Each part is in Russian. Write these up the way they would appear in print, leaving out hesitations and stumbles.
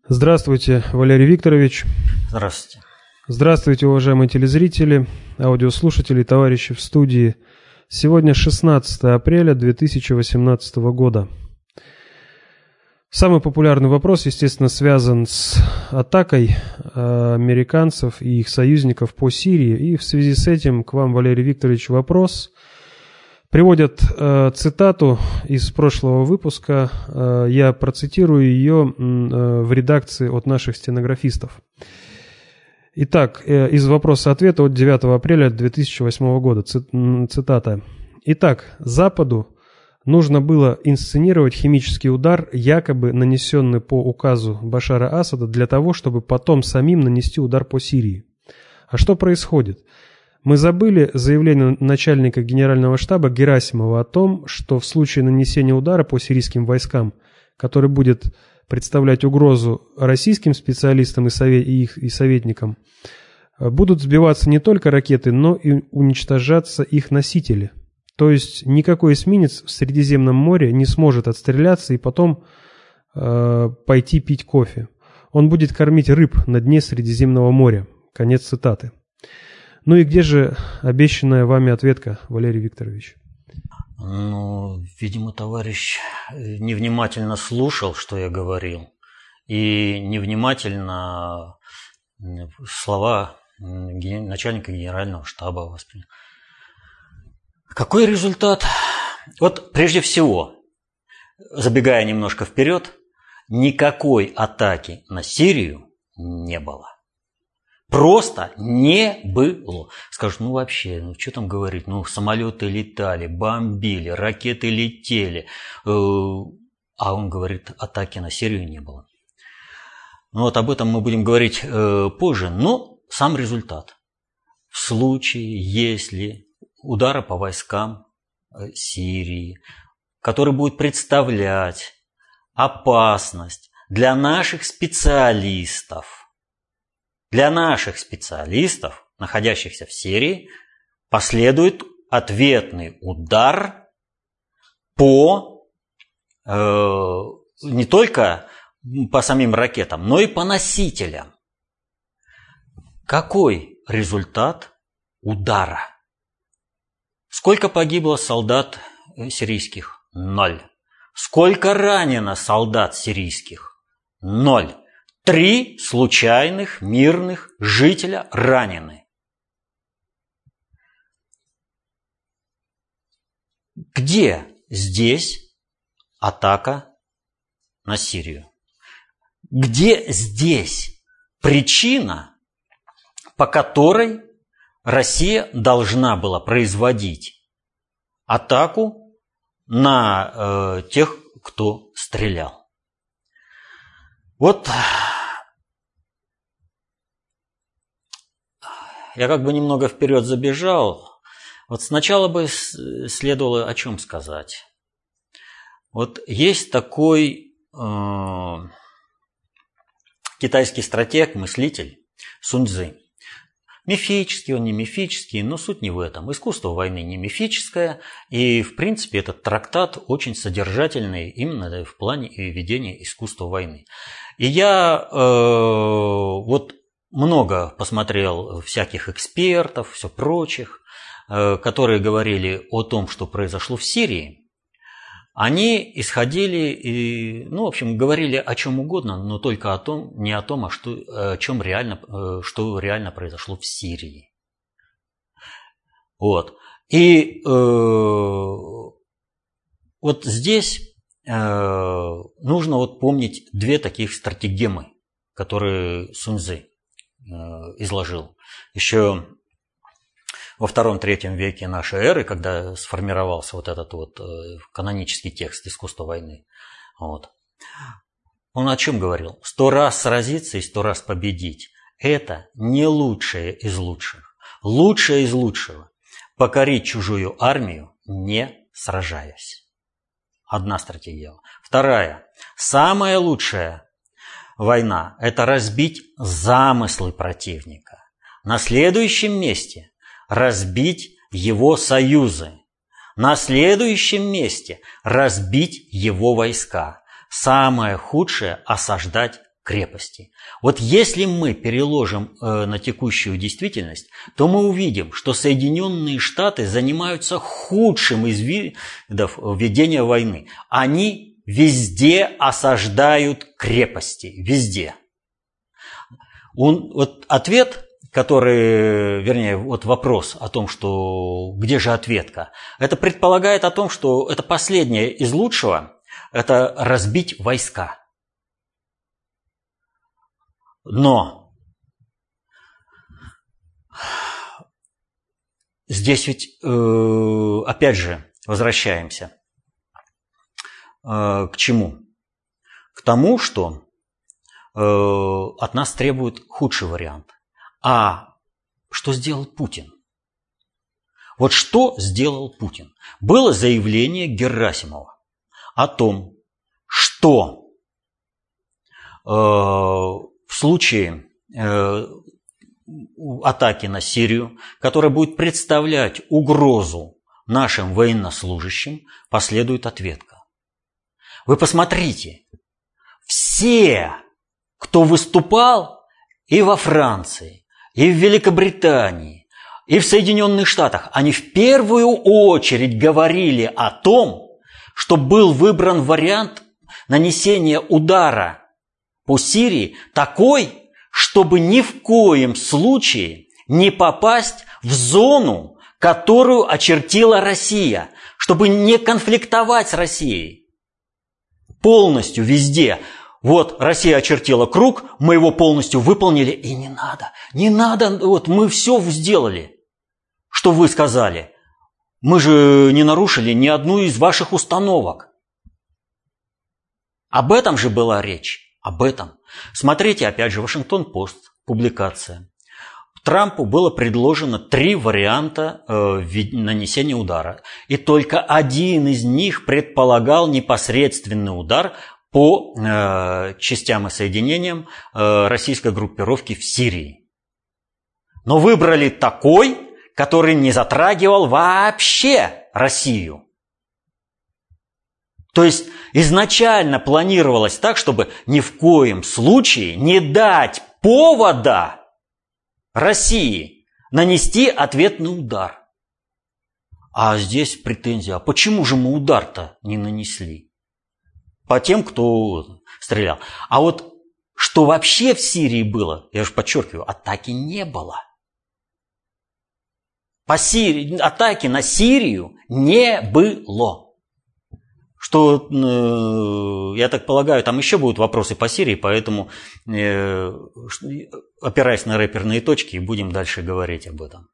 Здравствуйте, Валерий Викторович. Здравствуйте. Здравствуйте, уважаемые телезрители, аудиослушатели, товарищи в студии. Сегодня 16 апреля 2018 года. Самый популярный вопрос, естественно, связан с атакой американцев и их союзников по Сирии. И в связи с этим к вам, Валерий Викторович, вопрос. Приводят цитату из прошлого выпуска, я процитирую ее в редакции от наших стенографистов. Итак, из вопроса-ответа от 9 апреля 2008 года, цитата. «Итак, Западу нужно было инсценировать химический удар, якобы нанесенный по указу Башара Асада, для того, чтобы потом самим нанести удар по Сирии. А что происходит? Мы забыли заявление начальника генерального штаба Герасимова о том, что в случае нанесения удара по сирийским войскам, который будет представлять угрозу российским специалистам и советникам, будут сбиваться не только ракеты, но и уничтожаться их носители. То есть никакой эсминец в Средиземном море не сможет отстреляться и потом пойти пить кофе. Он будет кормить рыб на дне Средиземного моря». Конец цитаты. Ну и где же обещанная вами ответка, Валерий Викторович? Видимо, товарищ невнимательно слушал, что я говорил, и невнимательно слова начальника генерального штаба воспринял. Какой результат? Вот прежде всего, забегая немножко вперед, никакой атаки на Сирию не было. Просто не было. Скажут, вообще, что там говорить? Самолеты летали, бомбили, ракеты летели. А он говорит, атаки на Сирию не было. Об этом мы будем говорить позже. Но сам результат. В случае, если удара по войскам Сирии, который будет представлять опасность для наших специалистов, находящихся в Сирии, последует ответный удар по не только по самим ракетам, но и по носителям. Какой результат удара? Сколько погибло солдат сирийских? 0. Сколько ранено солдат сирийских? 0. 3 случайных мирных жителя ранены. Где здесь атака на Сирию? Где здесь причина, по которой Россия должна была производить атаку на тех, кто стрелял? Я немного вперед забежал. Сначала бы следовало о чем сказать. Есть такой китайский стратег, мыслитель Сунь Цзы. Мифический он, не мифический, но суть не в этом. Искусство войны не мифическое, и в принципе этот трактат очень содержательный именно в плане ведения искусства войны. И я много посмотрел всяких экспертов, все прочих, которые говорили о том, что произошло в Сирии. Они исходили и, говорили о чем угодно, но только о том, не о том, что реально произошло в Сирии. И здесь нужно помнить две таких стратегемы, которые Сунь Цзы изложил еще во II-III веке нашей эры, когда сформировался этот канонический текст «Искусство войны». Он о чем говорил? 100 раз сразиться и 100 раз победить – это не лучшее из лучших. Лучшее из лучшего – покорить чужую армию, не сражаясь. Одна стратегия. Вторая. Самая лучшая война – это разбить замыслы противника. На следующем месте – разбить его союзы. На следующем месте разбить его войска. Самое худшее – осаждать крепости. Вот если мы переложим на текущую действительность, то мы увидим, что Соединенные Штаты занимаются худшим из видов ведения войны. Они везде осаждают крепости, везде. Вот ответ, вот вопрос о том, что где же ответка, это предполагает о том, что это последнее из лучшего, это разбить войска. Но здесь ведь, опять же, возвращаемся к чему? К тому, что от нас требует худший вариант. А что сделал Путин? Вот что сделал Путин? Было заявление Герасимова о том, что в случае атаки на Сирию, которая будет представлять угрозу нашим военнослужащим, последует ответка. Вы посмотрите, все, кто выступал и во Франции, и в Великобритании, и в Соединенных Штатах, они в первую очередь говорили о том, что был выбран вариант нанесения удара по Сирии такой, чтобы ни в коем случае не попасть в зону, которую очертила Россия, чтобы не конфликтовать с Россией. Полностью везде. Вот Россия очертила круг, мы его полностью выполнили, и не надо, вот мы все сделали, что вы сказали. Мы же не нарушили ни одну из ваших установок. Об этом же была речь. Об этом. Смотрите, опять же, Вашингтон-Пост, публикация. Трампу было предложено 3 варианта нанесения удара. И только один из них предполагал непосредственный удар по частям и соединениям российской группировки в Сирии. Но выбрали такой, который не затрагивал вообще Россию. То есть изначально планировалось так, чтобы ни в коем случае не дать повода России нанести ответный удар. А здесь претензия, а почему же мы удар-то не нанесли? По тем, кто стрелял. А вот что вообще в Сирии было, я же подчеркиваю, атаки не было. Атаки на Сирию не было. Что, я так полагаю, там еще будут вопросы по Сирии, поэтому, опираясь на рэперные точки, будем дальше говорить об этом.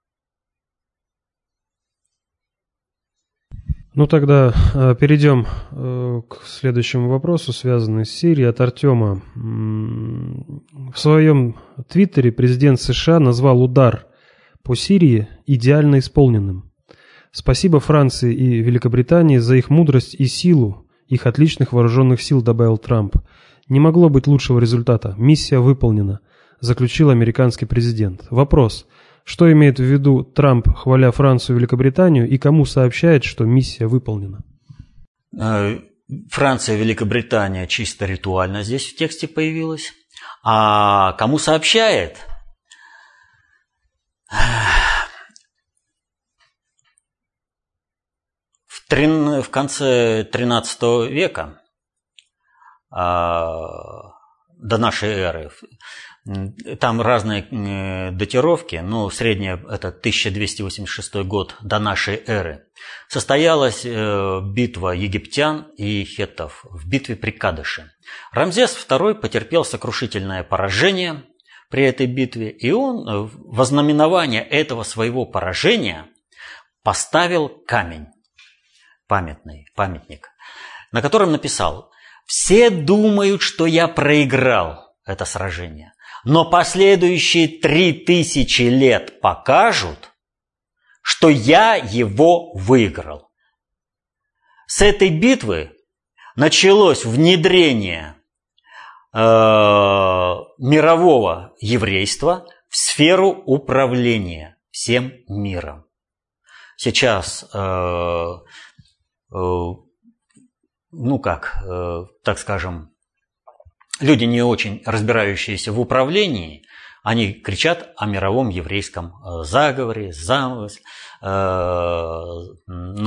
Ну тогда перейдем к следующему вопросу, связанному с Сирией, от Артема. В своем твиттере президент США назвал удар по Сирии идеально исполненным. Спасибо Франции и Великобритании за их мудрость и силу, их отличных вооруженных сил, добавил Трамп. Не могло быть лучшего результата. Миссия выполнена, заключил американский президент. Вопрос. Что имеет в виду Трамп, хваля Францию и Великобританию, и кому сообщает, что миссия выполнена? Франция и Великобритания чисто ритуально здесь в тексте появилась. А кому сообщает? В конце XIII века до нашей эры, там разные датировки, но средняя это 1286 год до нашей эры, состоялась битва египтян и хеттов в битве при Кадеше. Рамзес II потерпел сокрушительное поражение при этой битве, и он во знаменование этого своего поражения поставил камень, памятник, на котором написал: «Все думают, что я проиграл это сражение, но последующие 3000 лет покажут, что я его выиграл». С этой битвы началось внедрение мирового еврейства в сферу управления всем миром. Сейчас, так скажем, люди, не очень разбирающиеся в управлении, они кричат о мировом еврейском заговоре, замысле, о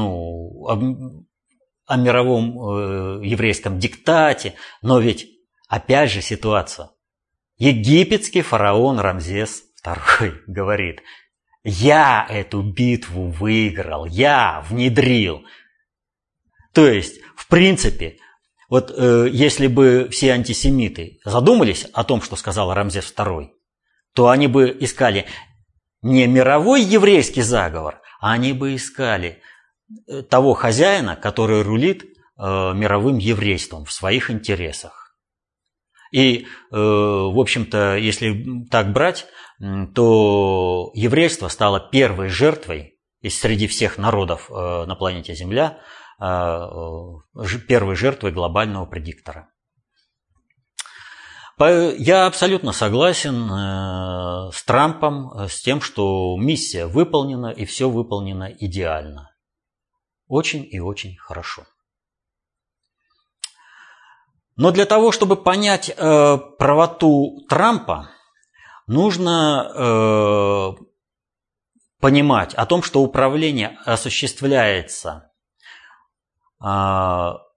мировом еврейском диктате. Но ведь, опять же, ситуация. Египетский фараон Рамзес II говорит: я эту битву выиграл, я внедрил. То есть, в принципе, вот если бы все антисемиты задумались о том, что сказал Рамзес II, то они бы искали не мировой еврейский заговор, а они бы искали того хозяина, который рулит мировым еврейством в своих интересах. И, в общем-то, если так брать, то еврейство стало первой жертвой среди всех народов на планете Земля, первой жертвой глобального предиктора. Я абсолютно согласен с Трампом, с тем, что миссия выполнена и все выполнено идеально. Очень и очень хорошо. Но для того, чтобы понять правоту Трампа, нужно понимать о том, что управление осуществляется по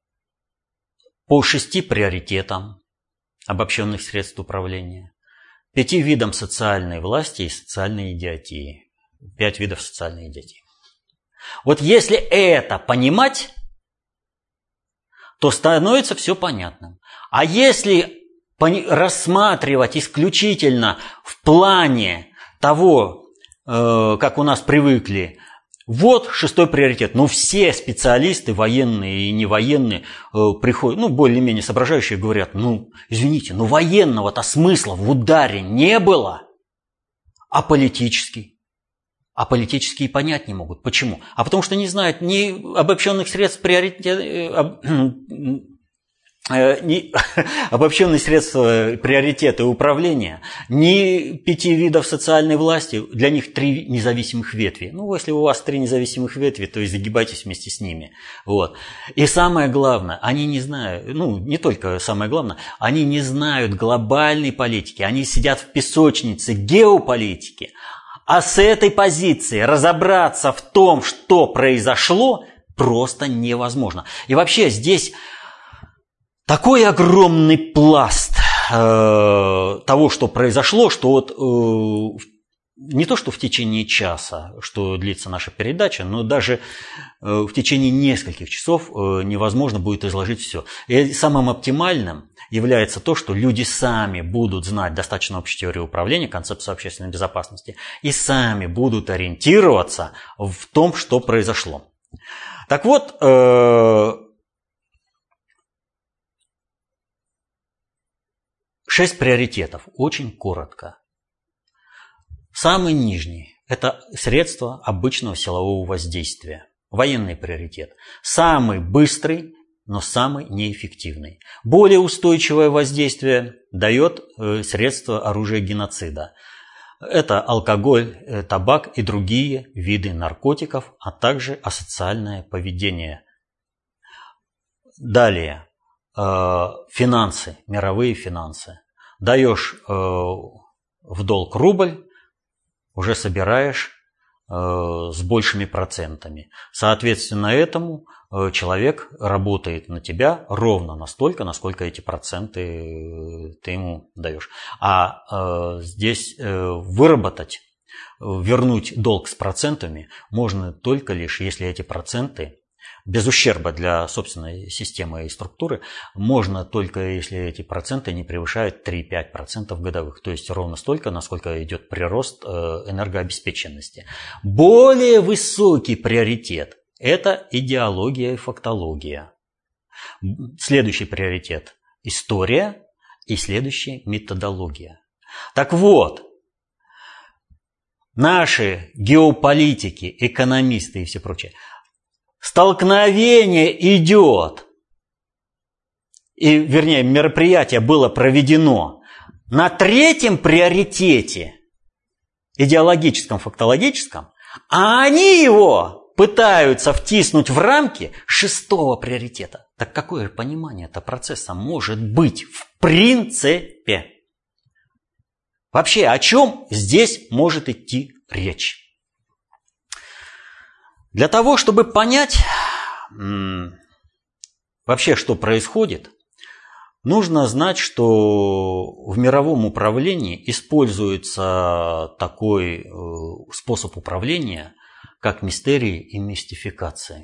6 приоритетам обобщенных средств управления, 5 видам социальной власти и социальной идиотии. 5 видов социальной идиотии. Вот если это понимать, то становится все понятным. А если рассматривать исключительно в плане того, как у нас привыкли, вот 6-й приоритет. Ну, все специалисты, военные и невоенные, приходят, более-менее соображающие, говорят: извините, военного-то смысла в ударе не было, а политический? А политические понять не могут. Почему? А потому что не знают ни обобщенных средств обобщенных средств приоритета управления, ни 5 видов социальной власти, для них 3 независимых ветви. Если у вас 3 независимых ветви, то и загибайтесь вместе с ними. Вот. И самое главное, они не знают, не только самое главное, они не знают глобальной политики, они сидят в песочнице геополитики. А с этой позиции разобраться в том, что произошло, просто невозможно. И вообще здесь такой огромный пласт того, что произошло, что не то, что в течение часа, что длится наша передача, но даже в течение нескольких часов невозможно будет изложить все. И самым оптимальным является то, что люди сами будут знать достаточно общей теории управления, концепцию общественной безопасности, и сами будут ориентироваться в том, что произошло. Так вот, 6 приоритетов, очень коротко. Самый нижний – это средства обычного силового воздействия, военный приоритет. Самый быстрый, но самый неэффективный. Более устойчивое воздействие дает средства оружия геноцида. Это алкоголь, табак и другие виды наркотиков, а также асоциальное поведение. Далее, финансы, мировые финансы. Даешь в долг рубль, уже собираешь с большими процентами. Соответственно этому человек работает на тебя ровно настолько, насколько эти проценты ты ему даешь. А здесь выработать, вернуть долг с процентами можно только лишь, если эти проценты, без ущерба для собственной системы и структуры, можно только если эти проценты не превышают 3-5% годовых. То есть ровно столько, насколько идет прирост энергообеспеченности. Более высокий приоритет – это идеология и фактология. Следующий приоритет – история. И следующий – методология. Так вот, наши геополитики, экономисты и все прочее, столкновение идет, вернее, мероприятие было проведено на 3-м приоритете, идеологическом, фактологическом, а они его пытаются втиснуть в рамки 6-го приоритета. Так какое же понимание этого процесса может быть в принципе? Вообще, о чем здесь может идти речь? Для того, чтобы понять вообще, что происходит, нужно знать, что в мировом управлении используется такой способ управления, как мистерии и мистификации.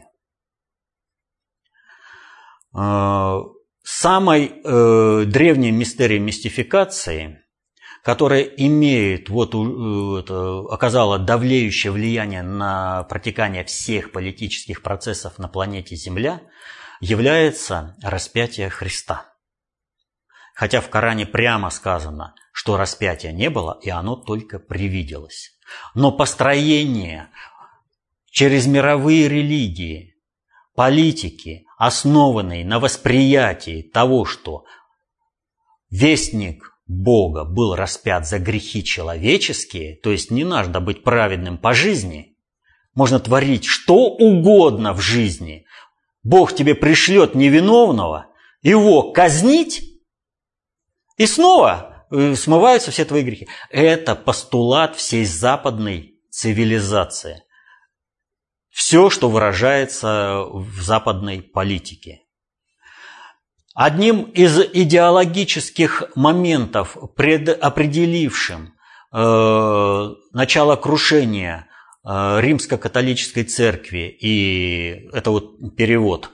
Самой древней мистерией мистификации, которая имеет, оказала давлеющее влияние на протекание всех политических процессов на планете Земля, является распятие Христа. Хотя в Коране прямо сказано, что распятия не было, и оно только привиделось. Но построение через мировые религии, политики, основанные на восприятии того, что вестник Бога был распят за грехи человеческие, то есть не надо быть праведным по жизни, можно творить что угодно в жизни. Бог тебе пришлет невиновного, его казнить, и снова смываются все твои грехи. Это постулат всей западной цивилизации. Все, что выражается в западной политике. Одним из идеологических моментов, определившим начало крушения римско-католической церкви, и это перевод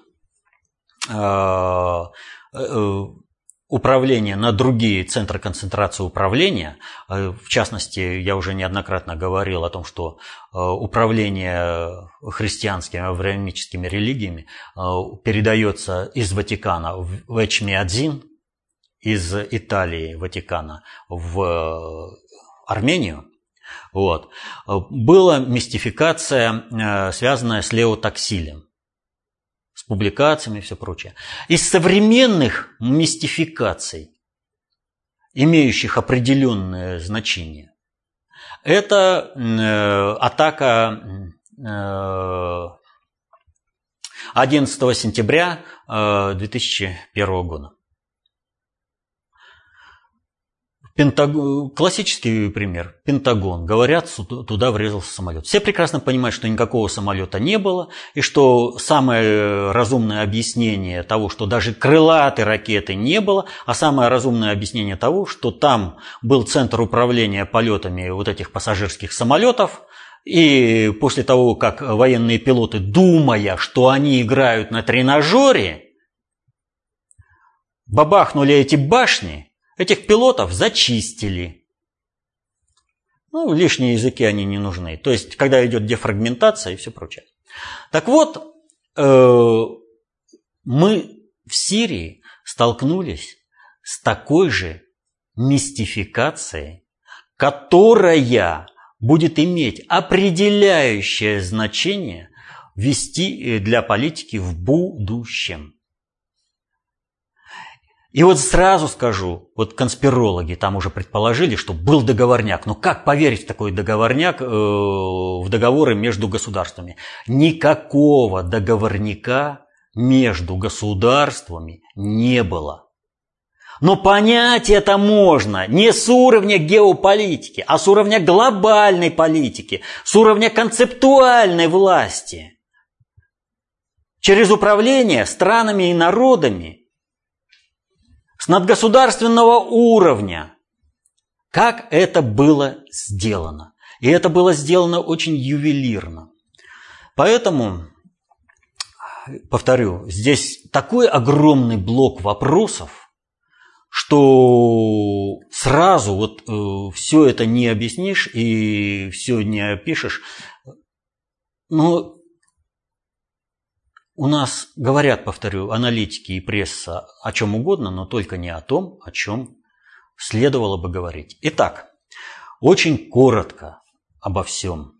управления на другие центры концентрации управления, в частности, я уже неоднократно говорил о том, что управление христианскими авраамическими религиями передается из Ватикана в Эчмиадзин, из Италии Ватикана в Армению. Была мистификация, связанная с Лео Таксилем, с публикациями и все прочее. Из современных мистификаций, имеющих определенное значение, это атака 11 сентября 2001 года. Классический пример. Пентагон. Говорят, туда врезался самолет. Все прекрасно понимают, что никакого самолета не было, и что самое разумное объяснение того, что даже крылатой ракеты не было, а самое разумное объяснение того, что там был центр управления полетами этих пассажирских самолетов, и после того, как военные пилоты, думая, что они играют на тренажере, бабахнули эти башни, этих пилотов зачистили. Лишние языки они не нужны. То есть, когда идет дефрагментация и все прочее. Так вот, мы в Сирии столкнулись с такой же мистификацией, которая будет иметь определяющее значение вести для политики в будущем. И сразу скажу, конспирологи там уже предположили, что был договорняк. Но как поверить в такой договорняк, в договоры между государствами? Никакого договорняка между государствами не было. Но понять это можно не с уровня геополитики, а с уровня глобальной политики, с уровня концептуальной власти. Через управление странами и народами, с надгосударственного уровня. Как это было сделано? И это было сделано очень ювелирно. Поэтому, повторю, здесь такой огромный блок вопросов, что сразу все это не объяснишь и все не опишешь. Но у нас говорят, повторю, аналитики и пресса о чем угодно, но только не о том, о чем следовало бы говорить. Итак, очень коротко обо всем.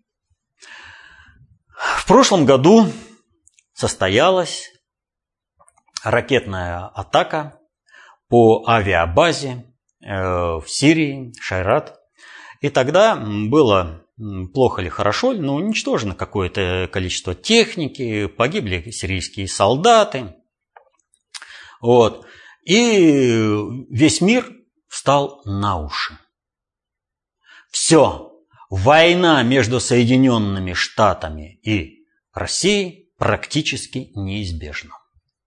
В прошлом году состоялась ракетная атака по авиабазе в Сирии, Шайрат. И тогда было плохо ли, хорошо ли, но уничтожено какое-то количество техники, погибли сирийские солдаты. Вот. И весь мир встал на уши. Все. Война между Соединенными Штатами и Россией практически неизбежна.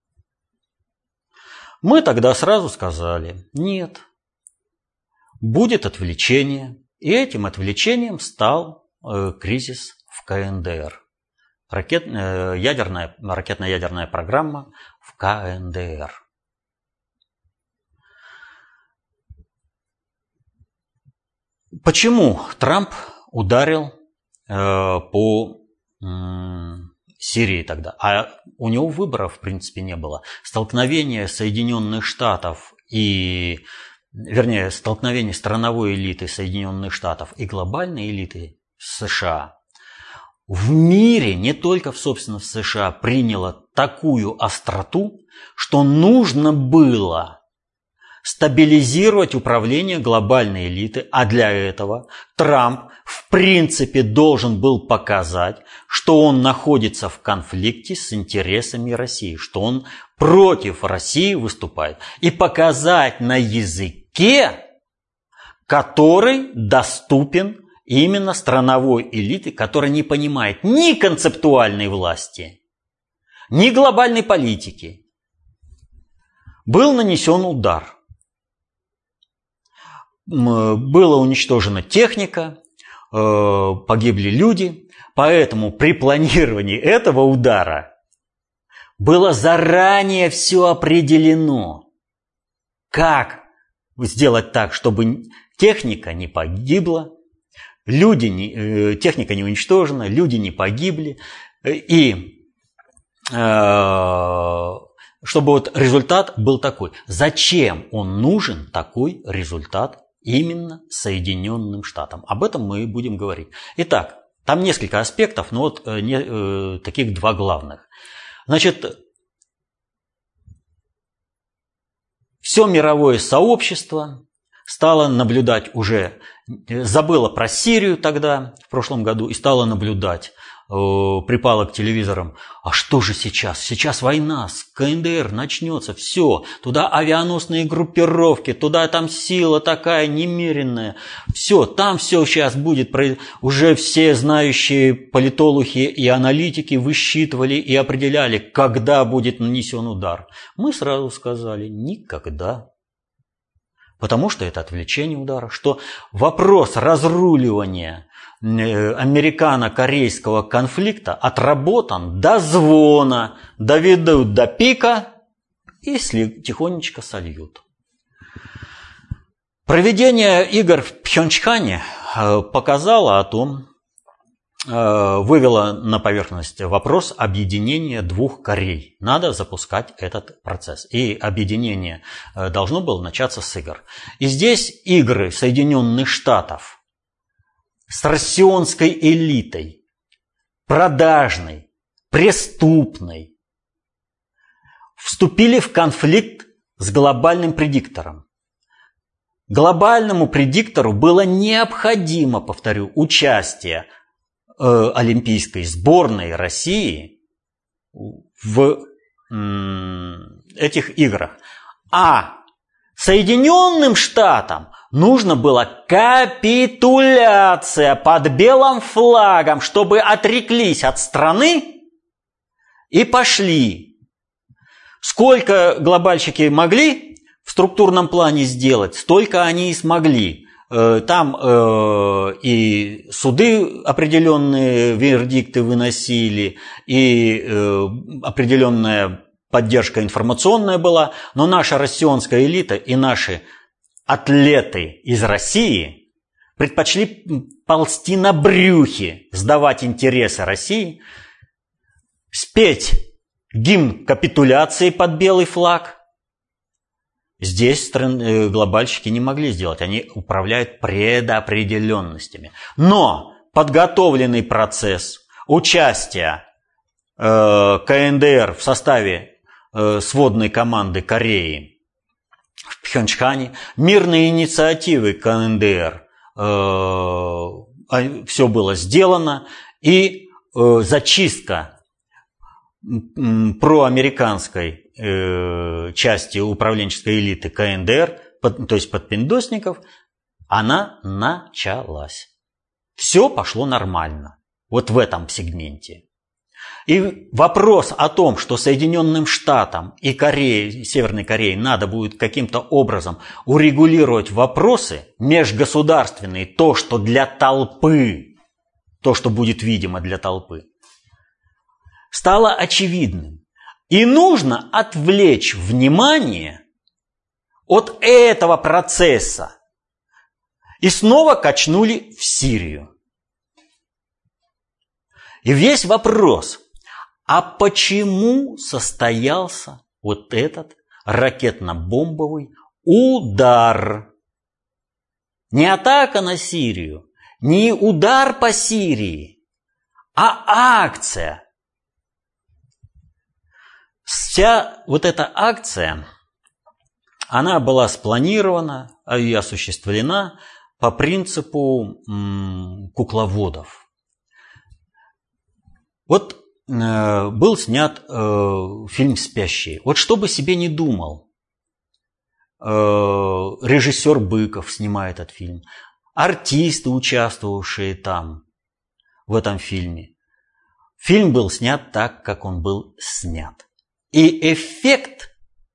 Мы тогда сразу сказали: нет, будет отвлечение. И этим отвлечением стал кризис в КНДР. Ракетно-ядерная программа в КНДР. Почему Трамп ударил по Сирии тогда? А у него выборов, в принципе, не было. Столкновение Соединенных Штатов столкновение страновой элиты Соединенных Штатов и глобальной элиты США в мире, не только, собственно, в США, приняло такую остроту, что нужно было стабилизировать управление глобальной элиты, а для этого Трамп в принципе должен был показать, что он находится в конфликте с интересами России, что он против России выступает, и показать на языке, который доступен именно страновой элите, которая не понимает ни концептуальной власти, ни глобальной политики. Был нанесен удар. Была уничтожена техника, погибли люди, поэтому при планировании этого удара было заранее все определено. Как сделать так, чтобы техника не погибла, техника не уничтожена, люди не погибли, и чтобы вот результат был такой. Зачем он нужен, такой результат именно Соединенным Штатам? Об этом мы будем говорить. Итак, там несколько аспектов, но вот таких два главных. Значит, все мировое сообщество стало наблюдать уже, забыло про Сирию тогда, в прошлом году, и стало наблюдать, припало к телевизорам. А что же сейчас? Сейчас война с КНДР начнется, все, туда авианосные группировки, туда там сила такая немеренная, все, там все сейчас будет. Уже все знающие политологи и аналитики высчитывали и определяли, когда будет нанесен удар. Мы сразу сказали: никогда. Потому что это отвлечение удара, что вопрос разруливания американо-корейского конфликта отработан до звона, доведут до пика и тихонечко сольют. Проведение игр в Пхенчхане показало о том, вывело на поверхность вопрос объединения двух Корей. Надо запускать этот процесс. И объединение должно было начаться с игр. И здесь игры Соединенных Штатов с россионской элитой, продажной, преступной, вступили в конфликт с глобальным предиктором. Глобальному предиктору было необходимо, повторю, участие олимпийской сборной России в этих играх. А Соединенным Штатам нужно было капитуляция под белым флагом, чтобы отреклись от страны и пошли. Сколько глобальщики могли в структурном плане сделать, столько они и смогли. Там и суды определенные вердикты выносили, и определенная поддержка информационная была, но наша россионская элита и наши атлеты из России предпочли ползти на брюхе, сдавать интересы России, спеть гимн капитуляции под белый флаг. Здесь глобальщики не могли сделать, они управляют предопределенностями. Но подготовленный процесс участия КНДР в составе сводной команды Кореи в Пхенчхане, мирные инициативы КНДР все было сделано, и зачистка проамериканской части управленческой элиты КНДР, то есть подпиндосников, она началась. Все пошло нормально вот в этом сегменте. И вопрос о том, что Соединенным Штатам и Корее, Северной Корее надо будет каким-то образом урегулировать вопросы межгосударственные, то, что для толпы, то, что будет видимо для толпы, стало очевидным. И нужно отвлечь внимание от этого процесса. И снова качнули в Сирию. И весь вопрос, а почему состоялся вот этот ракетно-бомбовый удар? Не атака на Сирию, не удар по Сирии, а акция. Вся вот эта акция, она была спланирована и осуществлена по принципу кукловодов. Вот был снят фильм «Спящие». Вот что бы себе не думал режиссер Быков, снимая этот фильм, артисты, участвовавшие там, в этом фильме. Фильм был снят так, как он был снят. И эффект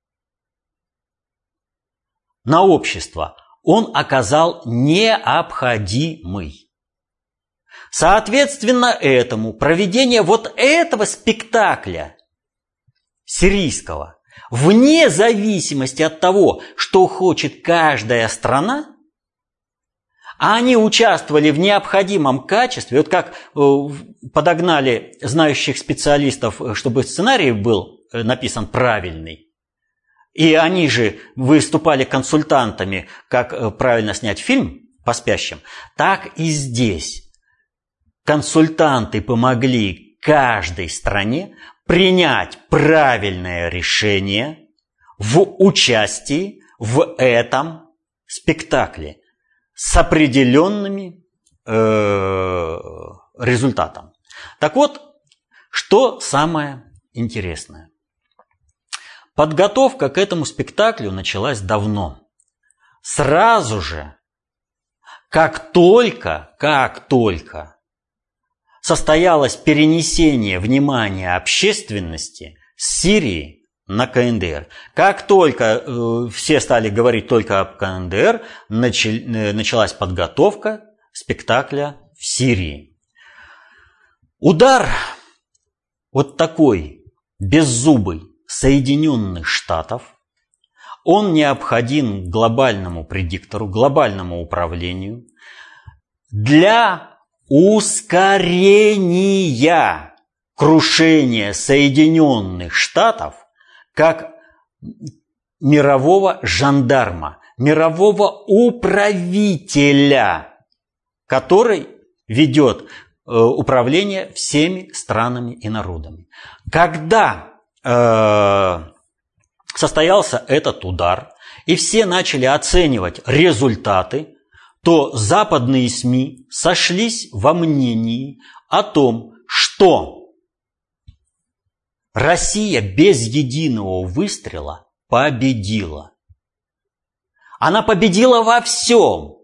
на общество он оказал необходимый. Соответственно этому проведение вот этого спектакля сирийского, вне зависимости от того, что хочет каждая страна, а они участвовали в необходимом качестве, вот как подогнали знающих специалистов, чтобы сценарий был написан правильный, и они же выступали консультантами, как правильно снять фильм по спящим, так и здесь. Консультанты помогли каждой стране принять правильное решение в участии в этом спектакле с определенными результатом. Так вот, что самое интересное? Подготовка к этому спектаклю началась давно. Сразу же, как только состоялось перенесение внимания общественности с Сирии на КНДР. Как только все стали говорить только об КНДР, началась подготовка спектакля в Сирии. Удар вот такой беззубый Соединенных Штатов, он необходим глобальному предиктору, глобальному управлению для ускорения крушения Соединенных Штатов как мирового жандарма, мирового управителя, который ведет управление всеми странами и народами. Когда состоялся этот удар, и все начали оценивать результаты, то западные СМИ сошлись во мнении о том, что Россия без единого выстрела победила. Она победила во всем.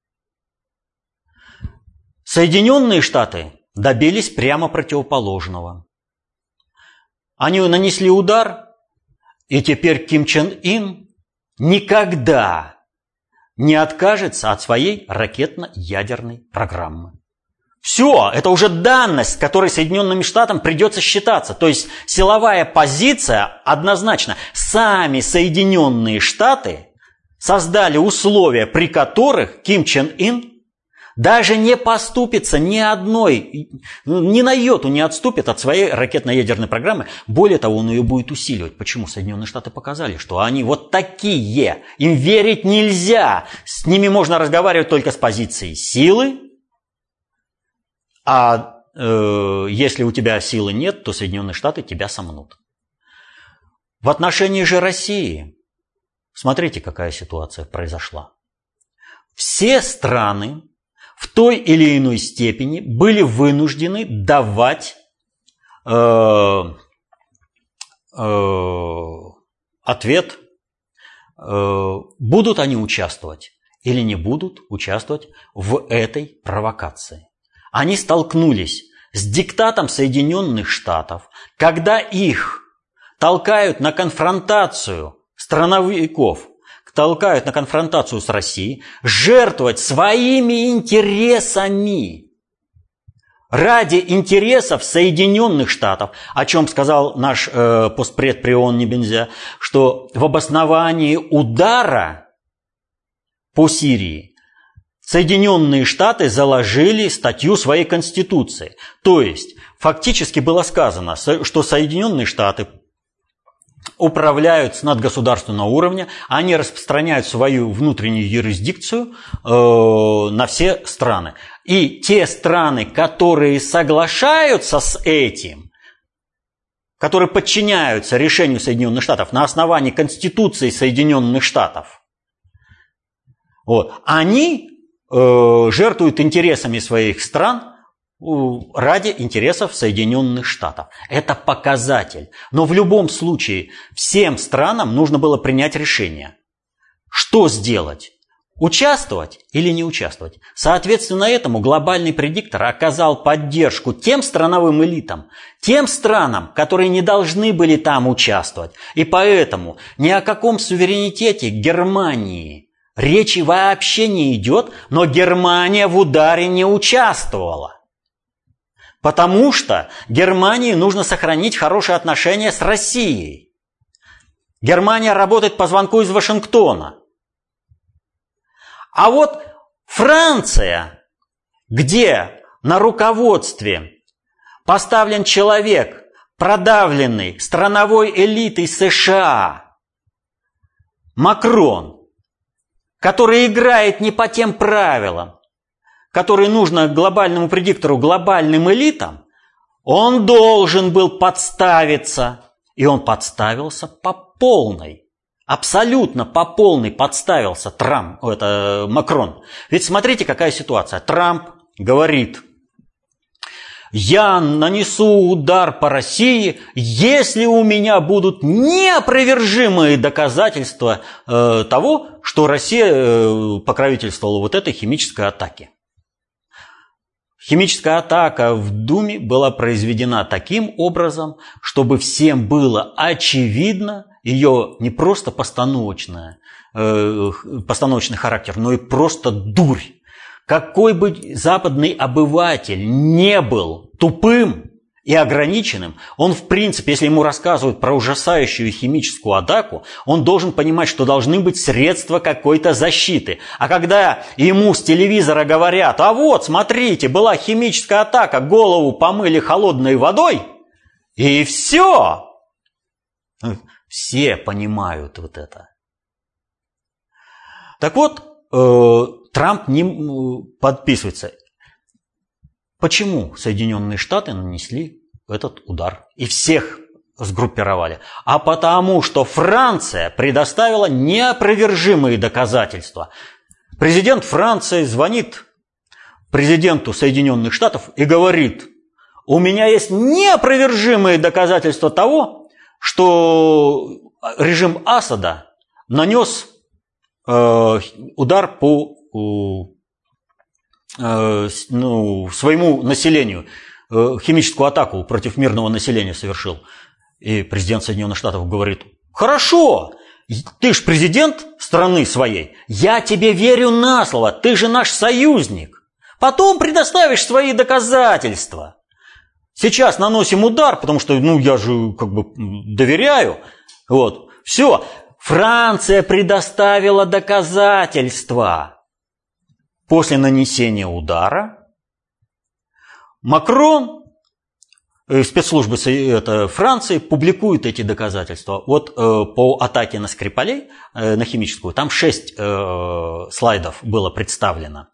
Соединенные Штаты добились прямо противоположного. Они нанесли удар, и теперь Ким Чен Ын никогда не откажется от своей ракетно-ядерной программы. Все, это уже данность, с которой Соединенным Штатам придется считаться. То есть силовая позиция однозначно. Сами Соединенные Штаты создали условия, при которых Ким Чен Ын даже не поступится ни на йоту не отступит от своей ракетно-ядерной программы. Более того, он ее будет усиливать. Почему? Соединенные Штаты показали, что они вот такие. Им верить нельзя. С ними можно разговаривать только с позиции силы. А если у тебя силы нет, то Соединенные Штаты тебя сомнут. В отношении же России, смотрите, какая ситуация произошла. Все страны, в той или иной степени были вынуждены давать ответ, будут они участвовать или не будут участвовать в этой провокации. Они столкнулись с диктатом Соединенных Штатов, когда их толкают на конфронтацию страновиков, толкают на конфронтацию с Россией, жертвовать своими интересами ради интересов Соединенных Штатов, о чем сказал наш постпред при ООН Небензя, что в обосновании удара по Сирии Соединенные Штаты заложили статью своей Конституции. То есть фактически было сказано, что Соединенные Штаты управляют с надгосударственного уровня, они распространяют свою внутреннюю юрисдикцию на все страны. И те страны, которые соглашаются с этим, которые подчиняются решению Соединенных Штатов на основании Конституции Соединенных Штатов, они жертвуют интересами своих стран ради интересов Соединенных Штатов. Это показатель. Но в любом случае всем странам нужно было принять решение. Что сделать? Участвовать или не участвовать? Соответственно этому глобальный предиктор оказал поддержку тем страновым элитам, тем странам, которые не должны были там участвовать. И поэтому ни о каком суверенитете Германии речи вообще не идет, но Германия в ударе не участвовала. Потому что Германии нужно сохранить хорошие отношения с Россией. Германия работает по звонку из Вашингтона. А вот Франция, где на руководстве поставлен человек, продавленный страновой элитой США, Макрон, который играет не по тем правилам, который нужно глобальному предиктору, глобальным элитам, он должен был подставиться. И он подставился по полной. Абсолютно по полной подставился Макрон. Ведь смотрите, какая ситуация. Трамп говорит: я нанесу удар по России, если у меня будут неопровержимые доказательства того, что Россия покровительствовала вот этой химической атаке. Химическая атака в Думе была произведена таким образом, чтобы всем было очевидно ее не просто постановочный характер, но и просто дурь. Какой бы западный обыватель не был тупым и ограниченным, он в принципе, если ему рассказывают про ужасающую химическую атаку, он должен понимать, что должны быть средства какой-то защиты. А когда ему с телевизора говорят: а вот, смотрите, была химическая атака, голову помыли холодной водой, и все. Все понимают вот это. Так вот, Трамп не подписывается. Почему Соединенные Штаты нанесли этот удар и всех сгруппировали? А потому что Франция предоставила неопровержимые доказательства. Президент Франции звонит президенту Соединенных Штатов и говорит: у меня есть неопровержимые доказательства того, что режим Асада нанес удар по своему населению, химическую атаку против мирного населения совершил. И президент Соединенных Штатов говорит: хорошо, ты ж президент страны своей, я тебе верю на слово, ты же наш союзник. Потом предоставишь свои доказательства. Сейчас наносим удар, потому что я же доверяю. Вот, все. Франция предоставила доказательства. После нанесения удара Макрон, спецслужбы Франции публикуют эти доказательства. Вот по атаке на Скрипалей, на химическую, там 6 слайдов было представлено.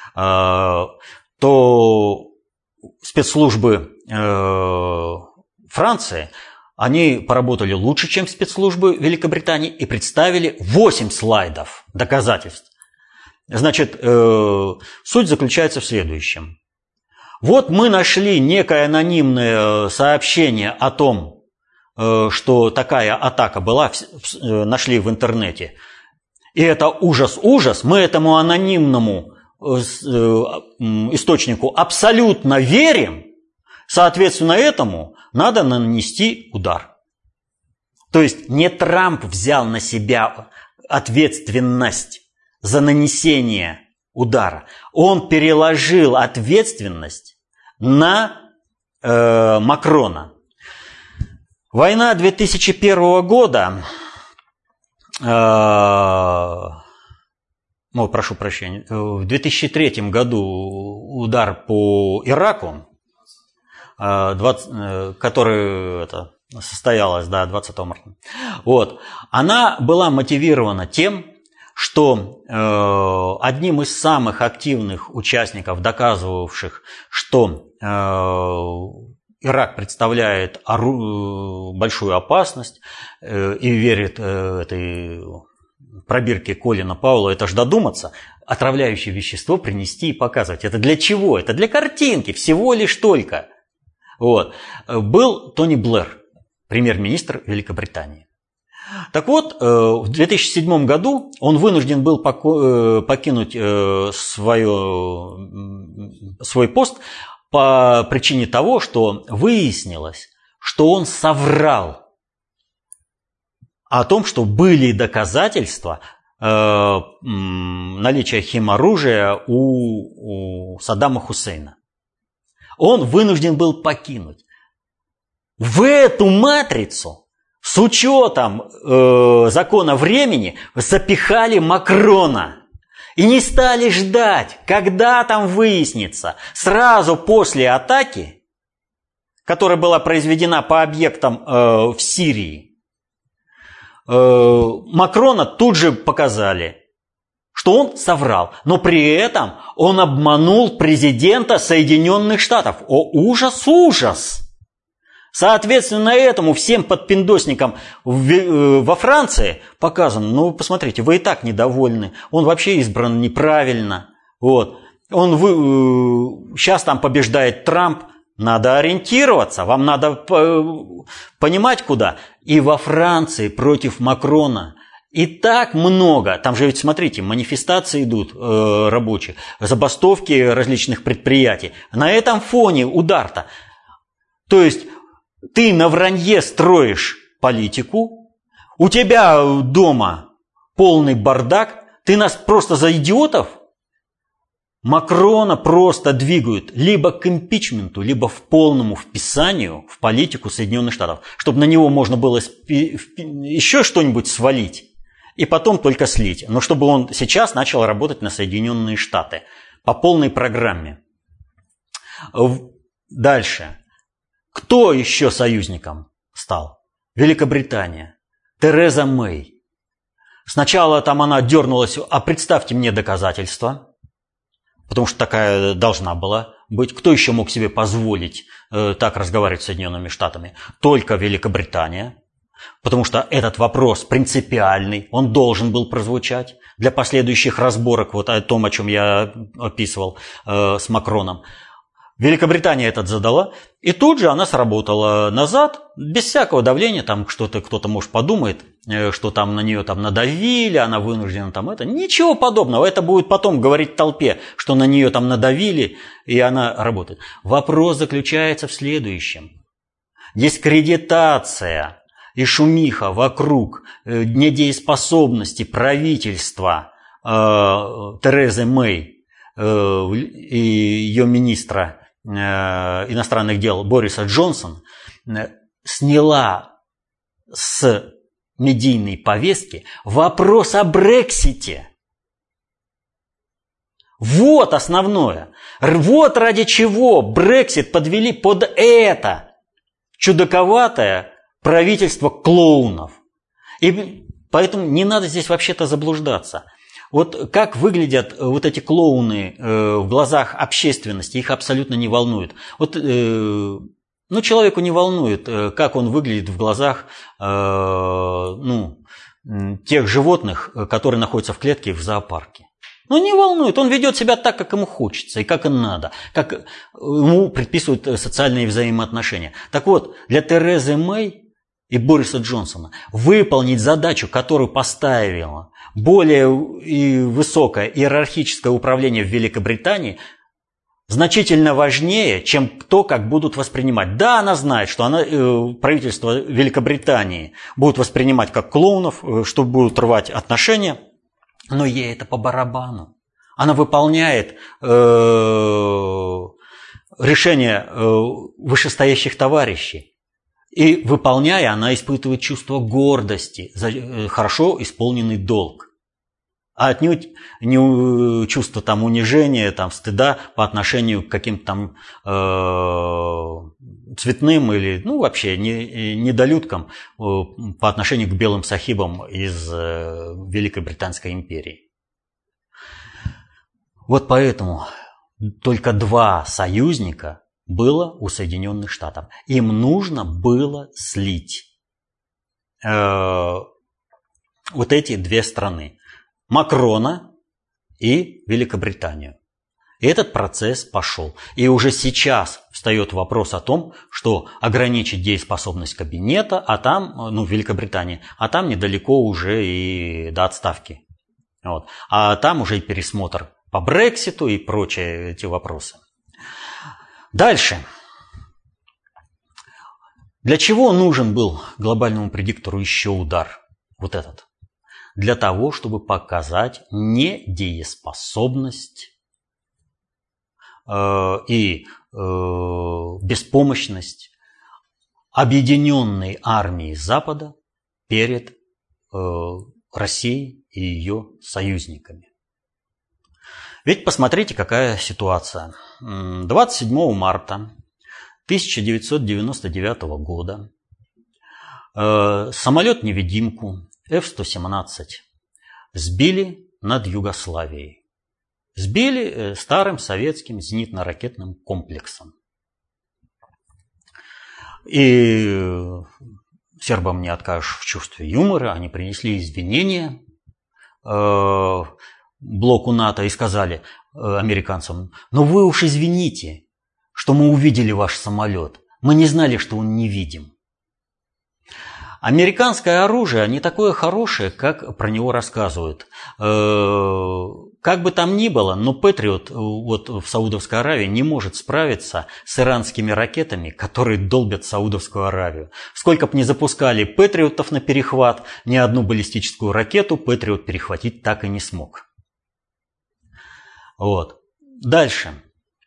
То спецслужбы Франции, они поработали лучше, чем спецслужбы Великобритании, и представили 8 слайдов доказательств. Значит, суть заключается в следующем. Вот мы нашли некое анонимное сообщение о том, что такая атака была, нашли в интернете. И это ужас-ужас. Мы этому анонимному источнику абсолютно верим. Соответственно, этому надо нанести удар. То есть не Трамп взял на себя ответственность за нанесение удара. Он переложил ответственность на Макрона. Война 2001 года, прошу прощения, в 2003 году удар по Ираку, который состоялась 20 марта, она была мотивирована тем, что одним из самых активных участников, доказывавших, что Ирак представляет большую опасность и верит этой пробирке Колина Пауэлла, это ж додуматься, отравляющее вещество принести и показывать. Это для чего? Это для картинки, всего лишь только. Был Тони Блэр, премьер-министр Великобритании. Так вот, в 2007 году он вынужден был покинуть свой пост по причине того, что выяснилось, что он соврал о том, что были доказательства наличия химоружия у Саддама Хусейна. Он вынужден был покинуть. В эту матрицу с учетом закона времени запихали Макрона. И не стали ждать, когда там выяснится. Сразу после атаки, которая была произведена по объектам в Сирии, Макрона тут же показали, что он соврал. Но при этом он обманул президента Соединенных Штатов. О, ужас, ужас! Соответственно, этому всем подпиндосникам во Франции показано, посмотрите, вы и так недовольны, он вообще избран неправильно, сейчас там побеждает Трамп, надо ориентироваться, вам надо понимать куда. И во Франции против Макрона и так много, там же ведь, смотрите, манифестации идут рабочие, забастовки различных предприятий, на этом фоне удар-то, то есть ты на вранье строишь политику, у тебя дома полный бардак, ты нас просто за идиотов? Макрона просто двигают либо к импичменту, либо в полному вписанию в политику Соединенных Штатов, чтобы на него можно было еще что-нибудь свалить и потом только слить. Но чтобы он сейчас начал работать на Соединенные Штаты по полной программе. Дальше. Кто еще союзником стал? Великобритания. Тереза Мэй. Сначала там она дернулась, а представьте мне доказательства, потому что такая должна была быть. Кто еще мог себе позволить так разговаривать с Соединенными Штатами? Только Великобритания, потому что этот вопрос принципиальный, он должен был прозвучать для последующих разборок, о том, о чем я описывал с Макроном. Великобритания этот задала, и тут же она сработала назад, без всякого давления, там кто-то, может, подумает, что там на нее там надавили, она вынуждена там это. Ничего подобного, это будет потом говорить толпе, что на нее там надавили, и она работает. Вопрос заключается в следующем. Дискредитация и шумиха вокруг недееспособности правительства Терезы Мэй и ее министра иностранных дел Бориса Джонсона сняла с медийной повестки вопрос о Брексите. Вот основное. Вот ради чего Брексит подвели под это чудаковатое правительство клоунов. И поэтому не надо здесь вообще-то заблуждаться. Вот как выглядят вот эти клоуны в глазах общественности, их абсолютно не волнует. Человеку не волнует, как он выглядит в глазах тех животных, которые находятся в клетке в зоопарке. Ну, не волнует, он ведет себя так, как ему хочется и как им надо, как ему предписывают социальные взаимоотношения. Так вот, для Терезы Мэй и Бориса Джонсона выполнить задачу, которую поставило более высокое иерархическое управление в Великобритании, значительно важнее, чем то, как будут воспринимать. Да, она знает, что правительство Великобритании будут воспринимать как клоунов, что будут рвать отношения, но ей это по барабану. Она выполняет решения вышестоящих товарищей. И выполняя, она испытывает чувство гордости за хорошо исполненный долг. А отнюдь не чувство там, унижения, там, стыда по отношению к каким-то там цветным или вообще недолюдкам по отношению к белым сахибам из Великой Британской империи. Вот поэтому только 2 союзника было у Соединенных Штатов. Им нужно было слить вот эти 2 страны. Макрона и Великобританию. И этот процесс пошел. И уже сейчас встает вопрос о том, что ограничить дееспособность кабинета, а там, в Великобритании, а там недалеко уже и до отставки. Вот. А там уже и пересмотр по Брекситу и прочие эти вопросы. Дальше. Для чего нужен был глобальному предиктору еще удар? Вот этот. Для того, чтобы показать недееспособность и беспомощность объединенной армии Запада перед Россией и ее союзниками. Ведь посмотрите, какая ситуация. 27 марта 1999 года самолет-невидимку F-117 сбили над Югославией. Сбили старым советским зенитно-ракетным комплексом. И сербам не откажешь в чувстве юмора, они принесли извинения блоку НАТО и сказали американцам: «Но вы уж извините, что мы увидели ваш самолет. Мы не знали, что он невидим». Американское оружие не такое хорошее, как про него рассказывают. Как бы там ни было, но Патриот вот в Саудовской Аравии не может справиться с иранскими ракетами, которые долбят Саудовскую Аравию. Сколько бы ни запускали Патриотов на перехват, ни одну баллистическую ракету Патриот перехватить так и не смог. Вот. Дальше.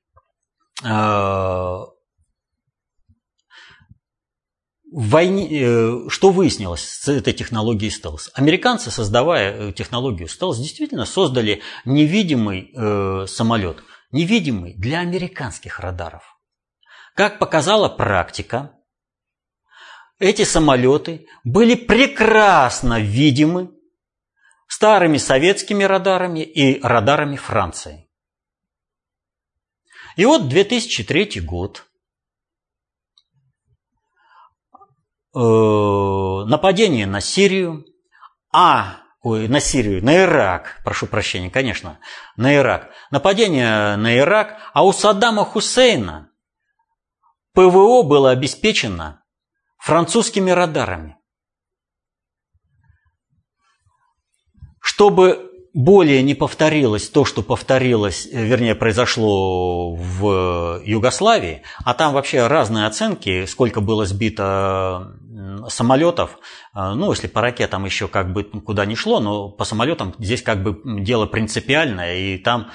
В войне, что выяснилось с этой технологией стелс? Американцы, создавая технологию стелс, действительно создали невидимый самолет, невидимый для американских радаров. Как показала практика, эти самолеты были прекрасно видимы старыми советскими радарами и радарами Франции. И вот 2003 год. Нападение на Сирию, на Ирак, прошу прощения, конечно, на Ирак. Нападение на Ирак, а у Саддама Хусейна ПВО было обеспечено французскими радарами. Чтобы более не повторилось то, что произошло в Югославии, а там вообще разные оценки, сколько было сбито самолетов, если по ракетам еще как бы куда ни шло, но по самолетам здесь как бы дело принципиальное, и там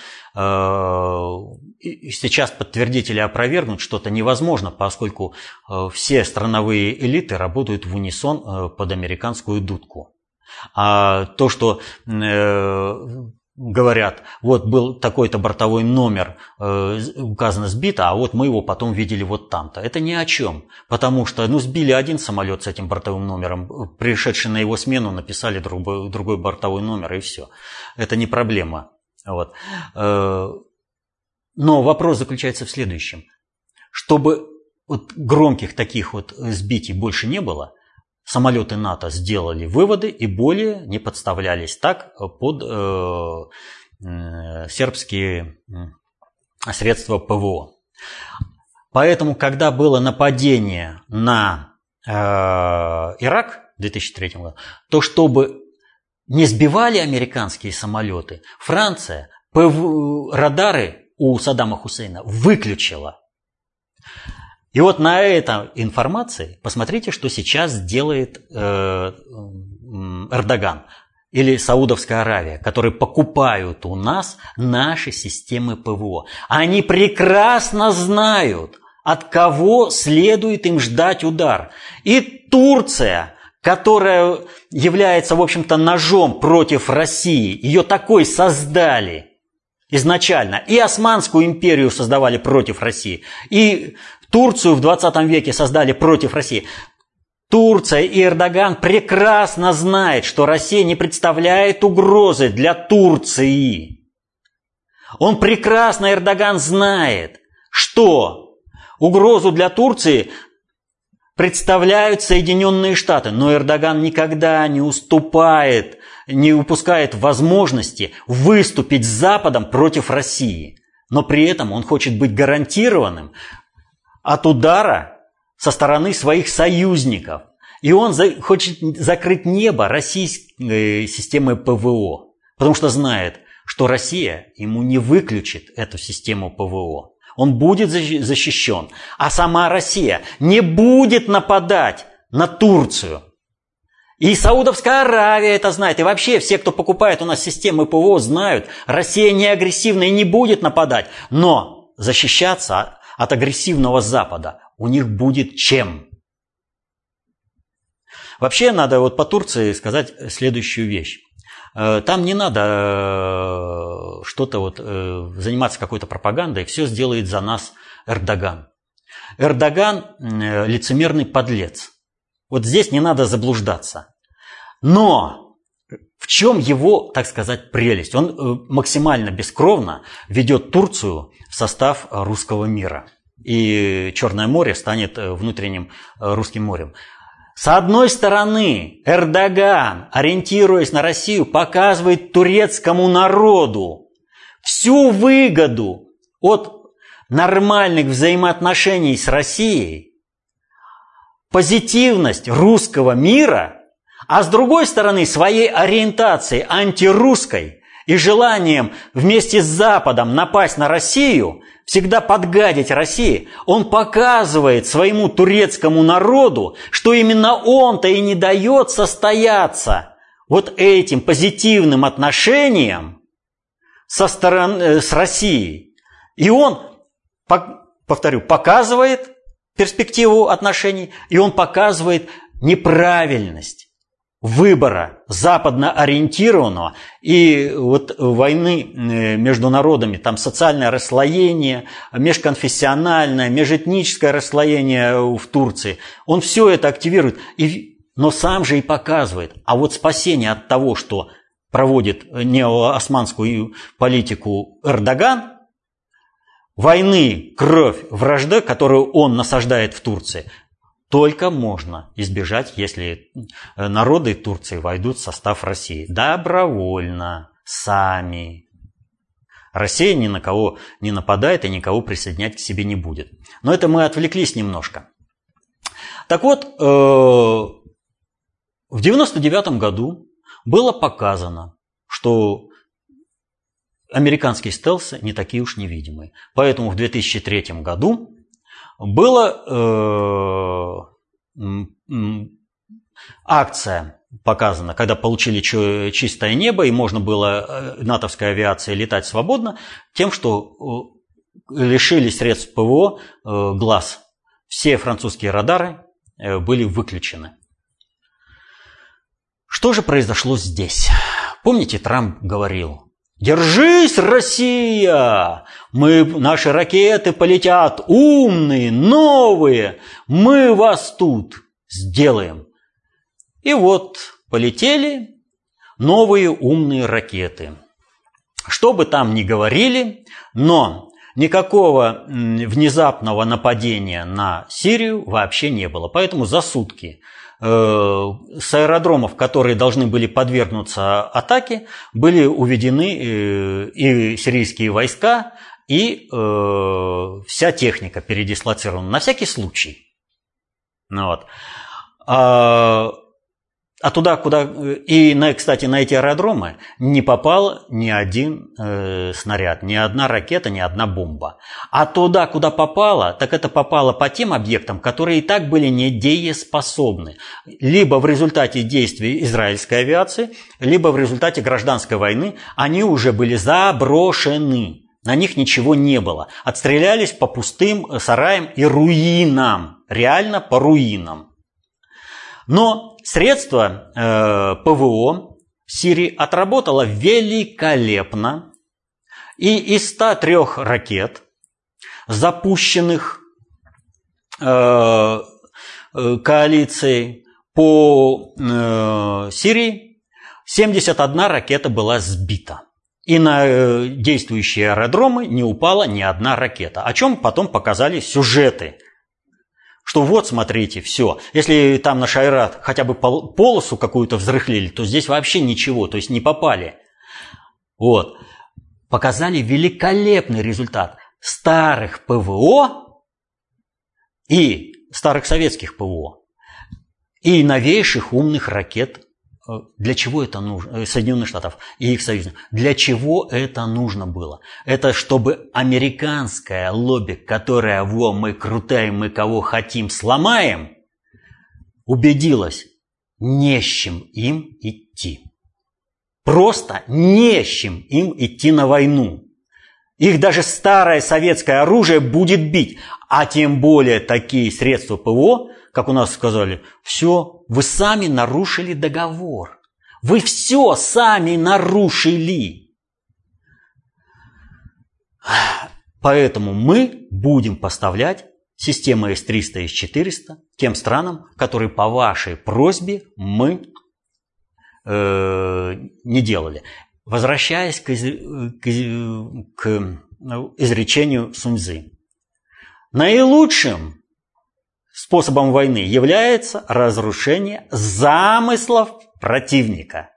сейчас подтвердить или опровергнуть что-то невозможно, поскольку все страновые элиты работают в унисон под американскую дудку. А то, что говорят, вот был такой-то бортовой номер, указано сбито, а вот мы его потом видели вот там-то. Это ни о чем, потому что сбили один самолет с этим бортовым номером, пришедшие на его смену написали другой бортовой номер, и все. Это не проблема. Вот. Но вопрос заключается в следующем. Чтобы вот громких таких вот сбитий больше не было, самолеты НАТО сделали выводы и более не подставлялись так под сербские средства ПВО. Поэтому, когда было нападение на Ирак в 2003 году, то чтобы не сбивали американские самолеты, Франция радары у Саддама Хусейна выключила. И вот на этой информации посмотрите, что сейчас делает Эрдоган или Саудовская Аравия, которые покупают у нас наши системы ПВО. Они прекрасно знают, от кого следует им ждать удар. И Турция, которая является, в общем-то, ножом против России, ее такой создали изначально. И Османскую империю создавали против России, и Турцию в 20 веке создали против России. Турция и Эрдоган прекрасно знают, что Россия не представляет угрозы для Турции. Он прекрасно, Эрдоган, знает, что угрозу для Турции представляют Соединенные Штаты. Но Эрдоган никогда не уступает, не упускает возможности выступить с Западом против России. Но при этом он хочет быть гарантированным от удара со стороны своих союзников. И он хочет закрыть небо российской системой ПВО. Потому что знает, что Россия ему не выключит эту систему ПВО. Он будет защищен. А сама Россия не будет нападать на Турцию. И Саудовская Аравия это знает. И вообще все, кто покупает у нас системы ПВО, знают, Россия не агрессивна и не будет нападать. Но защищаться от агрессивного Запада у них будет чем. Вообще надо вот по Турции сказать следующую вещь. Там не надо что-то вот заниматься какой-то пропагандой, все сделает за нас Эрдоган. Эрдоган лицемерный подлец. Вот здесь не надо заблуждаться. Но в чем его, так сказать, прелесть? Он максимально бескровно ведет Турцию в состав русского мира. И Черное море станет внутренним русским морем. С одной стороны, Эрдоган, ориентируясь на Россию, показывает турецкому народу всю выгоду от нормальных взаимоотношений с Россией, позитивность русского мира, а с другой стороны, своей ориентацией антирусской и желанием вместе с Западом напасть на Россию, всегда подгадить России, он показывает своему турецкому народу, что именно он-то и не дает состояться вот этим позитивным отношениям с Россией. И он, повторю, показывает перспективу отношений, и он показывает неправильность выбора западно ориентированного и вот войны между народами, там социальное расслоение, межконфессиональное, межэтническое расслоение в Турции. Он все это активирует, но сам же и показывает. А вот спасение от того, что проводит неоосманскую политику Эрдоган, войны, кровь, вражда, которую он насаждает в Турции, только можно избежать, если народы Турции войдут в состав России. Добровольно, сами. Россия ни на кого не нападает и никого присоединять к себе не будет. Но это мы отвлеклись немножко. Так вот, в 1999 году было показано, что американские стелсы не такие уж невидимые. Поэтому в 2003 году была акция показана, когда получили чистое небо и можно было натовской авиации летать свободно, тем, что лишили средств ПВО глаз. Все французские радары были выключены. Что же произошло здесь? Помните, Трамп говорил: «Держись, Россия! Наши ракеты полетят умные, новые, мы вас тут сделаем». И вот полетели новые умные ракеты. Что бы там ни говорили, но никакого внезапного нападения на Сирию вообще не было. Поэтому за сутки с аэродромов, которые должны были подвергнуться атаке, были уведены и сирийские войска, и вся техника передислоцирована на всякий случай. Вот. А туда, куда... И, кстати, на эти аэродромы не попал ни один снаряд, ни одна ракета, ни одна бомба. А туда, куда попало, так это попало по тем объектам, которые и так были недееспособны. Либо в результате действий израильской авиации, либо в результате гражданской войны они уже были заброшены. На них ничего не было. Отстрелялись по пустым сараям и руинам. Реально по руинам. Но средство ПВО Сирии отработало великолепно. И из 103 ракет, запущенных коалицией по Сирии, 71 ракета была сбита. И на действующие аэродромы не упала ни одна ракета. О чем потом показали сюжеты. Что вот, смотрите, все. Если там на Шайрат хотя бы полосу какую-то взрыхлили, то здесь вообще ничего, то есть не попали. Вот. Показали великолепный результат старых ПВО и старых советских ПВО и новейших умных ракет. Для чего это нужно? Соединенных Штатов и их союзников. Для чего это нужно было? Это чтобы американское лобби, которое мы крутая, мы кого хотим сломаем, убедилось, не с чем им идти. Просто не с чем им идти на войну. Их даже старое советское оружие будет бить. А тем более такие средства ПВО, как у нас сказали, все, вы сами нарушили договор. Вы все сами нарушили. Поэтому мы будем поставлять системы С-300 и С-400 тем странам, которые по вашей просьбе мы не делали. Возвращаясь к изречению Сунь-Цзы. Наилучшим способом войны является разрушение замыслов противника.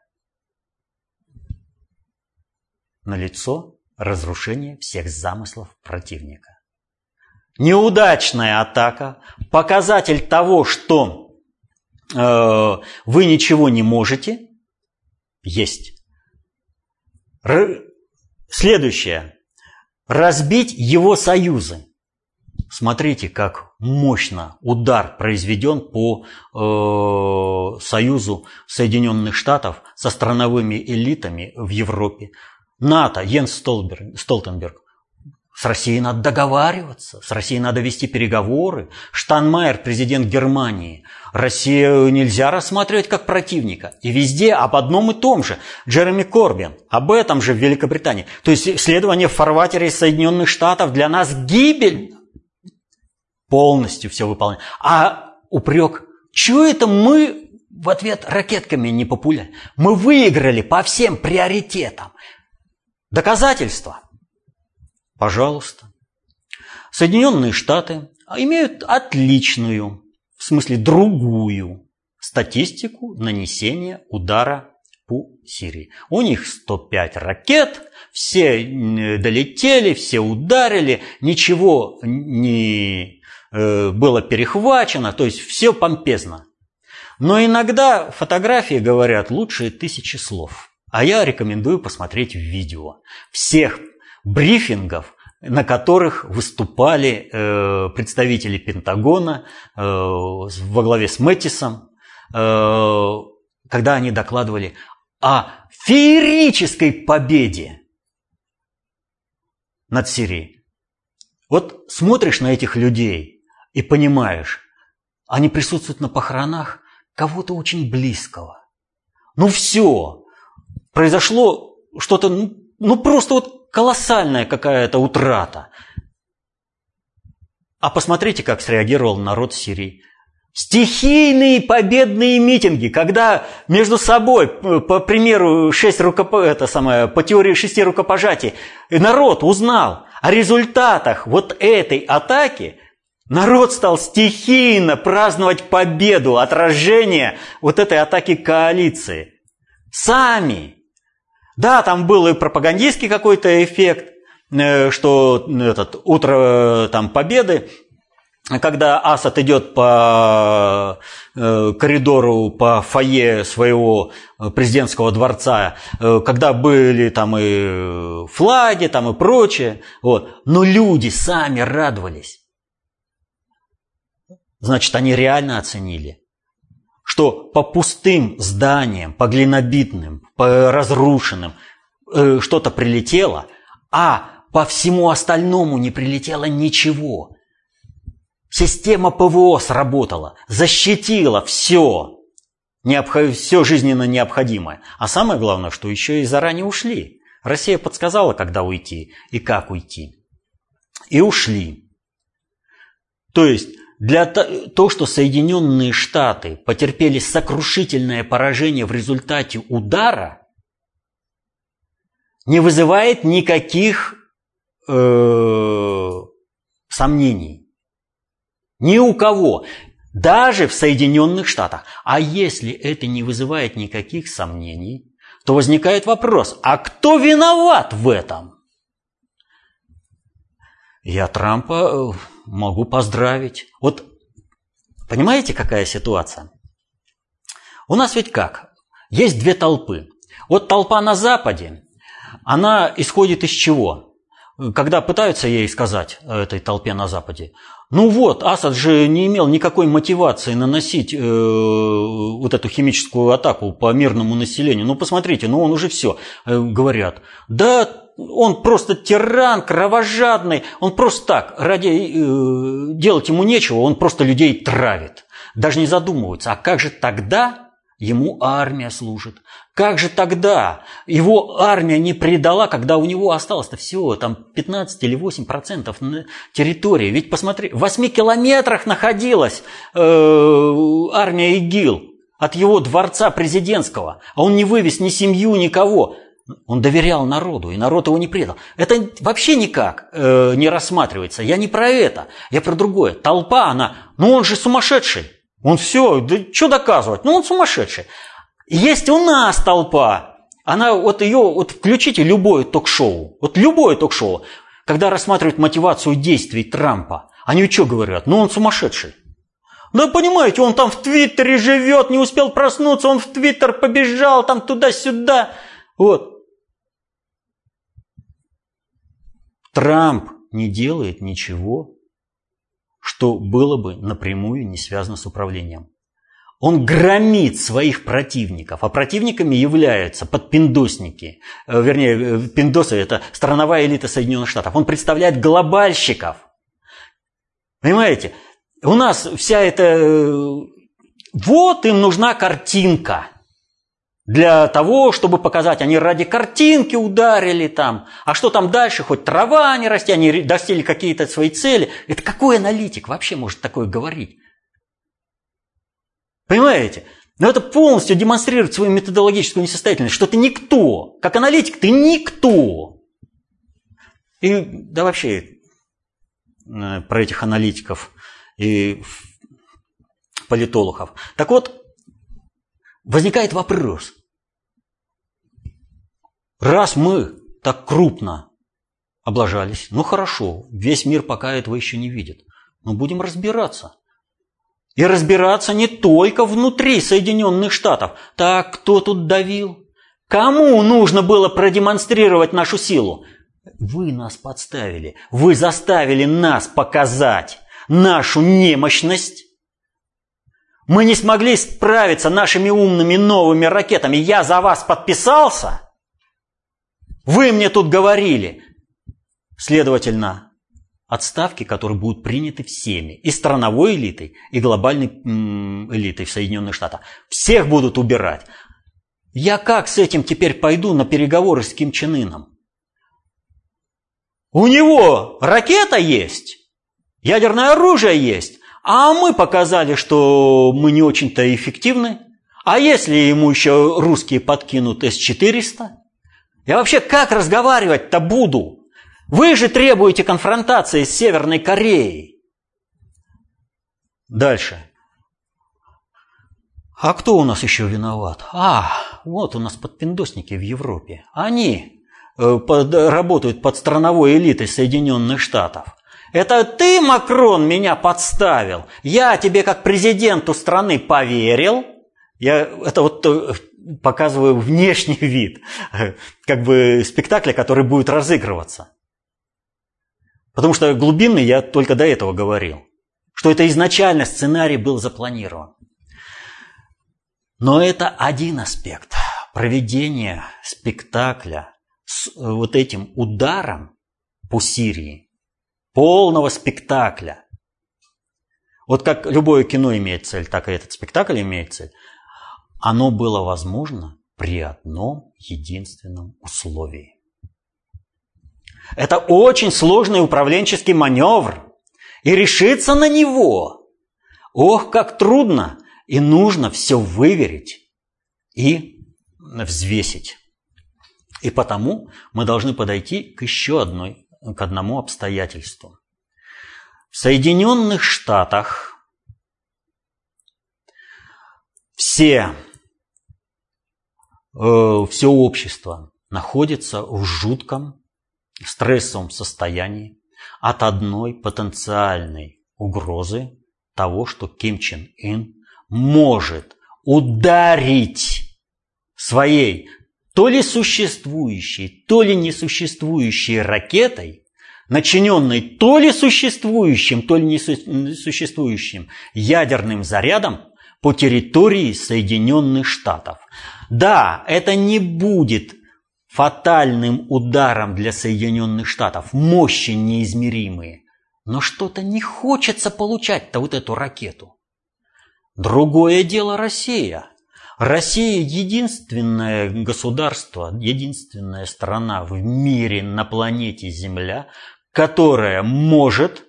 Налицо разрушение всех замыслов противника. Неудачная атака – показатель того, что вы ничего не можете, есть. Следующее. Разбить его союзы. Смотрите, как мощно удар произведен по союзу Соединенных Штатов со страновыми элитами в Европе. НАТО, Йенс Столтенберг. С Россией надо договариваться, с Россией надо вести переговоры. Штайнмайер, президент Германии. Россию нельзя рассматривать как противника. И везде об одном и том же. Джереми Корбин, об этом же в Великобритании. То есть следование в фарватере Соединенных Штатов для нас гибель. Полностью все выполняем. А упрек, чего это мы в ответ ракетками не популяли? Мы выиграли по всем приоритетам. Доказательства? Пожалуйста. Соединенные Штаты имеют отличную, в смысле другую, статистику нанесения удара по Сирии. У них 105 ракет, все долетели, все ударили, ничего не было перехвачено, то есть все помпезно. Но иногда фотографии говорят лучше 1000 слов. А я рекомендую посмотреть видео всех брифингов, на которых выступали представители Пентагона во главе с Мэттисом, когда они докладывали о феерической победе над Сирией. Вот смотришь на этих людей и понимаешь, они присутствуют на похоронах кого-то очень близкого. Ну все, произошло что-то, ну просто вот колоссальная какая-то утрата. А посмотрите, как среагировал народ Сирии. Стихийные победные митинги, когда между собой, по примеру, по теории 6 рукопожатий, народ узнал о результатах вот этой атаки, Народ стал стихийно праздновать победу, отражение вот этой атаки коалиции. Сами. Да, там был и пропагандистский какой-то эффект, что утро там победы, когда Асад идет по коридору, по фойе своего президентского дворца, когда были там и флаги, там и прочее, вот. Но люди сами радовались. Значит, они реально оценили, что по пустым зданиям, по глинобитным, по разрушенным что-то прилетело, а по всему остальному не прилетело ничего. Система ПВО сработала, защитила все жизненно необходимое. А самое главное, что еще и заранее ушли. Россия подсказала, когда уйти и как уйти. И ушли. То есть, то, что Соединенные Штаты потерпели сокрушительное поражение в результате удара, не вызывает никаких сомнений. Ни у кого. Даже в Соединенных Штатах. А если это не вызывает никаких сомнений, то возникает вопрос, а кто виноват в этом? Я Трампа могу поздравить. Вот понимаете, какая ситуация? У нас ведь как? Есть две толпы. Вот толпа на Западе, она исходит из чего? Когда пытаются ей сказать, этой толпе на Западе, ну вот, Асад же не имел никакой мотивации наносить вот эту химическую атаку по мирному населению. Ну посмотрите, ну он уже все, говорят. Да, он просто тиран, кровожадный, он просто так, ради делать ему нечего, он просто людей травит. Даже не задумывается, а как же тогда ему армия служит? Как же тогда его армия не предала, когда у него осталось-то всего там 15 или 8% территории? Ведь посмотри, в 8 километрах находилась армия ИГИЛ от его дворца президентского, а он не вывез ни семью, никого. Он доверял народу, и народ его не предал. Это вообще никак не рассматривается. Я не про это, я про другое. Толпа, она, ну он же сумасшедший. Он все, да что доказывать? Ну он сумасшедший. Есть у нас толпа. Она, вот ее, вот включите любое ток-шоу. Вот любое ток-шоу. Когда рассматривают мотивацию действий Трампа, они что говорят? Ну он сумасшедший. Да понимаете, он там в Твиттере живет, не успел проснуться, он в Твиттер побежал, там туда-сюда. Вот. Трамп не делает ничего, что было бы напрямую не связано с управлением. Он громит своих противников, а противниками являются подпиндосники. Вернее, пиндосы – это страновая элита Соединенных Штатов. Он представляет глобальщиков. Понимаете? У нас вся эта... Вот им нужна картинка. Для того, чтобы показать, они ради картинки ударили там. А что там дальше? Хоть трава не расти, они достигли какие-то свои цели. Это какой аналитик вообще может такое говорить? Понимаете? Но это полностью демонстрирует свою методологическую несостоятельность, что ты никто. Как аналитик ты никто. И да вообще про этих аналитиков и политологов. Так вот, возникает вопрос. Раз мы так крупно облажались, ну хорошо, весь мир пока этого еще не видит, но будем разбираться. И разбираться не только внутри Соединенных Штатов. Так, кто тут давил? Кому нужно было продемонстрировать нашу силу? Вы нас подставили. Вы заставили нас показать нашу немощность. Мы не смогли справиться нашими умными новыми ракетами. Я за вас подписался. Вы мне тут говорили. Следовательно, отставки, которые будут приняты всеми, и страновой элитой, и глобальной элитой в Соединенных Штатах. Всех будут убирать. Я как с этим теперь пойду на переговоры с Ким Чен Ыном? У него ракета есть, ядерное оружие есть, а мы показали, что мы не очень-то эффективны. А если ему еще русские подкинут С-400? Я вообще как разговаривать-то буду? Вы же требуете конфронтации с Северной Кореей. Дальше. А кто у нас еще виноват? Вот у нас подпиндосники в Европе. Они работают под страновой элитой Соединенных Штатов. Это ты, Макрон, меня подставил. Я тебе как президенту страны поверил. Это вот показываю внешний вид как бы спектакля, который будет разыгрываться. Потому что глубинный я только до этого говорил. Что это изначально сценарий был запланирован. Но это один аспект проведения спектакля с вот этим ударом по Сирии. Полного спектакля. Вот как любое кино имеет цель, так и этот спектакль имеет цель. Оно было возможно при одном единственном условии. Это очень сложный управленческий маневр. И решиться на него, ох, как трудно. И нужно все выверить и взвесить. И потому мы должны подойти к одному обстоятельству. В Соединенных Штатах все общество находится в жутком стрессовом состоянии от одной потенциальной угрозы того, что Ким Чен Ын может ударить своей то ли существующей, то ли несуществующей ракетой, начиненной то ли существующим, то ли несуществующим ядерным зарядом по территории Соединенных Штатов. Да, это не будет фатальным ударом для Соединенных Штатов, мощи неизмеримые, но что-то не хочется получать-то вот эту ракету. Другое дело Россия. Россия единственное государство, единственная страна в мире на планете Земля, которая может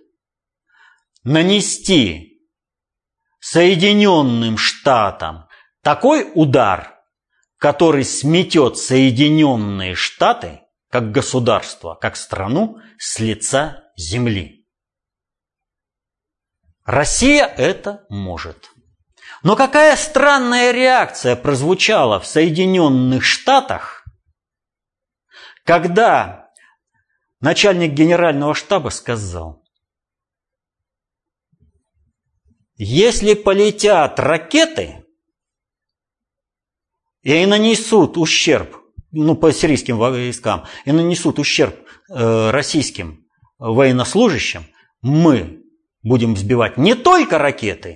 нанести Соединенным Штатам такой удар, который сметет Соединенные Штаты как государство, как страну с лица Земли. Россия это может. Но какая странная реакция прозвучала в Соединенных Штатах, когда начальник генерального штаба сказал: если полетят ракеты и нанесут ущерб, по сирийским войскам, и нанесут ущерб российским военнослужащим, мы будем сбивать не только ракеты,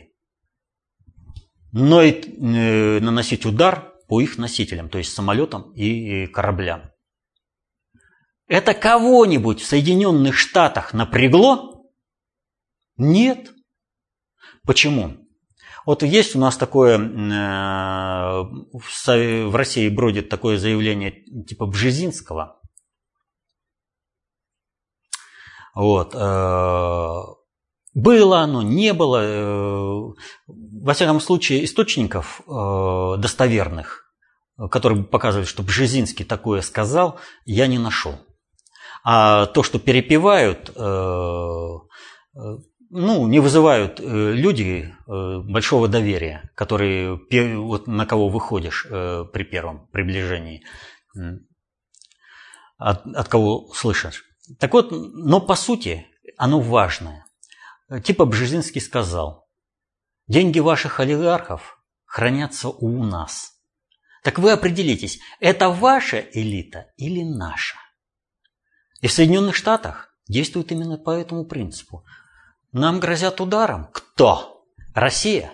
но и наносить удар по их носителям, то есть самолетам и кораблям. Это кого-нибудь в Соединенных Штатах напрягло? Нет. Почему? Вот есть у нас такое, в России бродит такое заявление типа Бжезинского. Вот. Было оно, не было. Во всяком случае, источников достоверных, которые показывают, что Бжезинский такое сказал, я не нашел. А то, что перепевают, не вызывают люди большого доверия, которые, вот на кого выходишь при первом приближении, от кого слышишь. Так вот, но по сути оно важное. Типа Бжезинский сказал: деньги ваших олигархов хранятся у нас. Так вы определитесь, это ваша элита или наша? И в Соединенных Штатах действуют именно по этому принципу. Нам грозят ударом. Кто? Россия.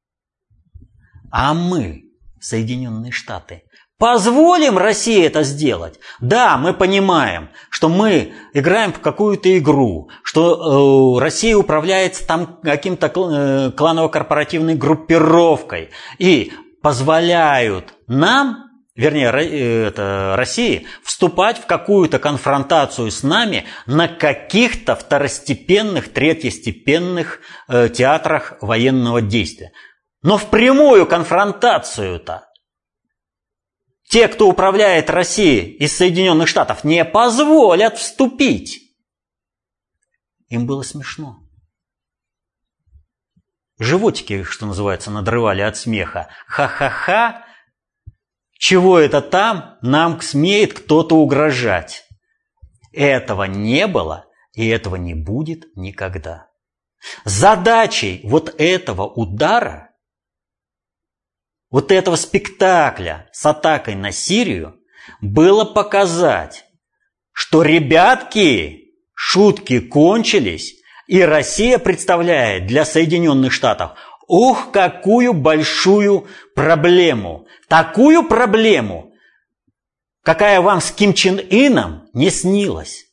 А мы, Соединенные Штаты, позволим России это сделать? Да, мы понимаем, что мы играем в какую-то игру, что Россия управляется там каким-то кланово-корпоративной группировкой и позволяют нам, России, вступать в какую-то конфронтацию с нами на каких-то второстепенных, третьестепенных театрах военного действия. Но в прямую конфронтацию-то те, кто управляет Россией из Соединенных Штатов, не позволят вступить. Им было смешно. животики, что называется, надрывали от смеха. Ха-ха-ха, чего это там, нам смеет кто-то угрожать. Этого не было и этого не будет никогда. Задачей вот этого удара, вот этого спектакля с атакой на Сирию было показать, что, ребятки, шутки кончились, и Россия представляет для Соединенных Штатов, ох, какую большую проблему. Такую проблему, какая вам с Ким Чен Ыном не снилась.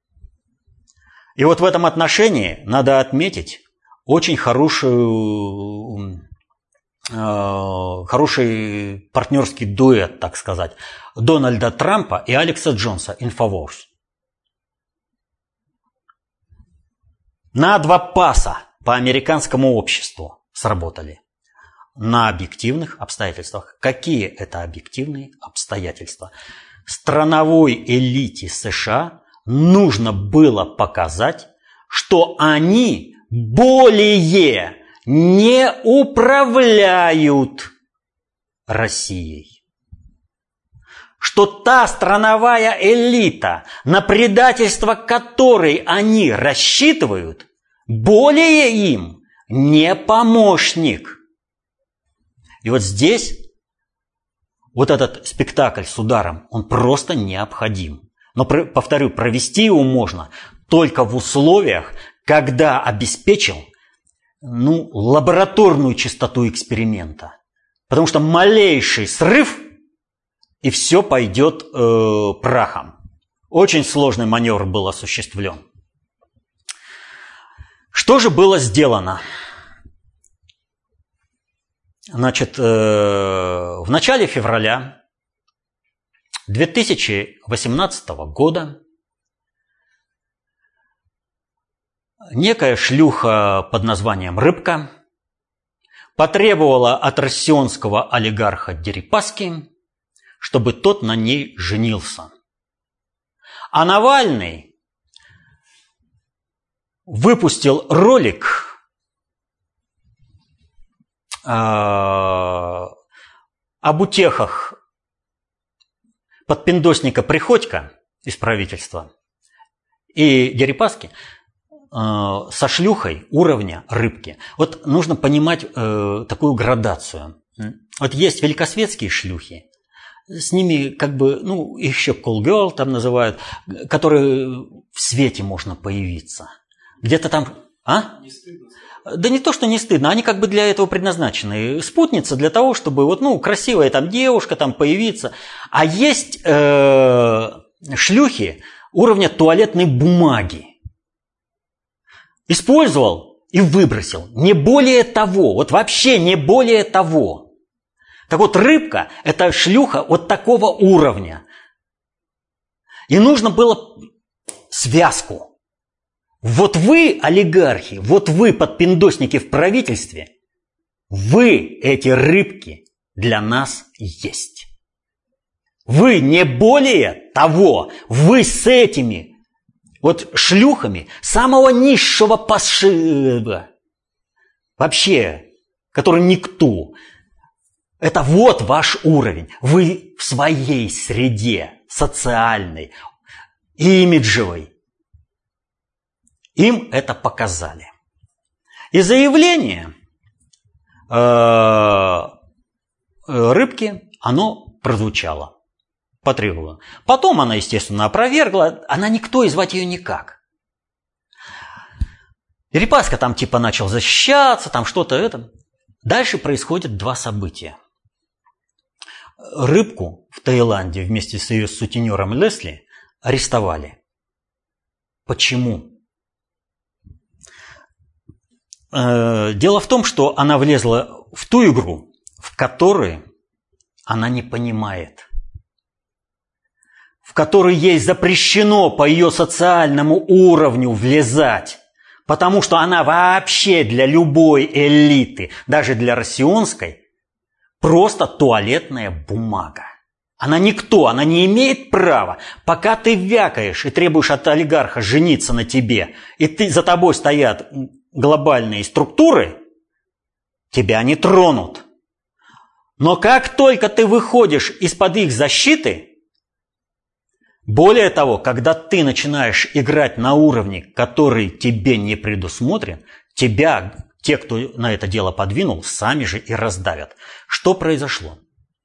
И вот в этом отношении надо отметить очень хороший партнерский дуэт, так сказать, Дональда Трампа и Алекса Джонса, Infowars. На 2 паса по американскому обществу сработали. На объективных обстоятельствах. Какие это объективные обстоятельства? Страновой элите США нужно было показать, что они более не управляют Россией. Что та страновая элита, на предательство которой они рассчитывают, более им не помощник. И вот здесь вот этот спектакль с ударом, он просто необходим. Но, повторю, провести его можно только в условиях, когда обеспечил лабораторную чистоту эксперимента. Потому что малейший срыв, и все пойдет прахом. Очень сложный маневр был осуществлен. Что же было сделано? Значит, в начале февраля 2018 года некая шлюха под названием Рыбка потребовала от россионского олигарха Дерипаски, чтобы тот на ней женился. А Навальный выпустил ролик об утехах подпиндосника Приходько из правительства и Дерипаски со шлюхой уровня Рыбки. Вот нужно понимать такую градацию. Вот есть великосветские шлюхи, с ними их еще call girl там называют, которые в свете можно появиться. Где-то там... Не стыдно. Да не то, что не стыдно, они для этого предназначены. Спутница для того, чтобы красивая там девушка там появиться. А есть шлюхи уровня туалетной бумаги. Использовал и выбросил. Не более того. Вот вообще не более того. Так вот, Рыбка – это шлюха вот такого уровня. И нужно было связку. Вот вы, олигархи, вот вы, подпиндосники в правительстве, вы, эти рыбки, для нас есть. Вы не более того, вы с этими вот шлюхами самого низшего пошиба, вообще, который никто. Это вот ваш уровень. Вы в своей среде социальной, имиджевой. Им это показали. И заявление Рыбки, оно прозвучало, потребовало. Потом она, естественно, опровергла. Она никто, и звать ее никак. Дерипаска там начал защищаться, там что-то это. Дальше происходят 2 события. Рыбку в Таиланде вместе с ее сутенером Лесли арестовали. Почему? Дело в том, что она влезла в ту игру, в которой она не понимает, в которой ей запрещено по ее социальному уровню влезать, потому что она вообще для любой элиты, даже для россионской, просто туалетная бумага. Она никто, она не имеет права. Пока ты вякаешь и требуешь от олигарха жениться на тебе, и за тобой стоят глобальные структуры, тебя не тронут. Но как только ты выходишь из-под их защиты, более того, когда ты начинаешь играть на уровне, который тебе не предусмотрен, тебя, те, кто на это дело подвинул, сами же и раздавят. Что произошло?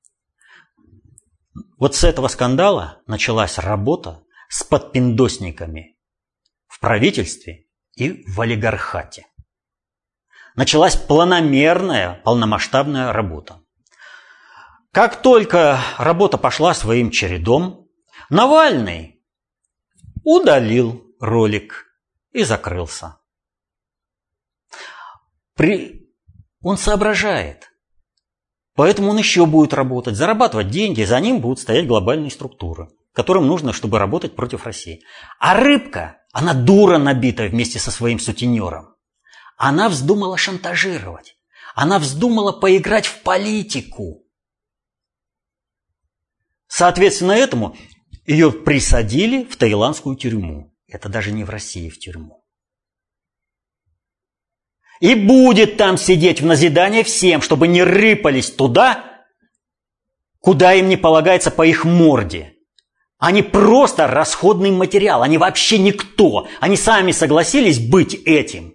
Вот с этого скандала началась работа с подпиндосниками в правительстве и в олигархате. Началась планомерная, полномасштабная работа. Как только работа пошла своим чередом, Навальный удалил ролик и закрылся. Он соображает. Поэтому он еще будет работать, зарабатывать деньги, за ним будут стоять глобальные структуры, которым нужно, чтобы работать против России. А рыбка, она дура набитая вместе со своим сутенером. Она вздумала шантажировать. Она вздумала поиграть в политику. Соответственно этому ее присадили в таиландскую тюрьму. Это даже не в России в тюрьму. И будет там сидеть в назидание всем, чтобы не рыпались туда, куда им не полагается по их морде. Они просто расходный материал, они вообще никто. Они сами согласились быть этим.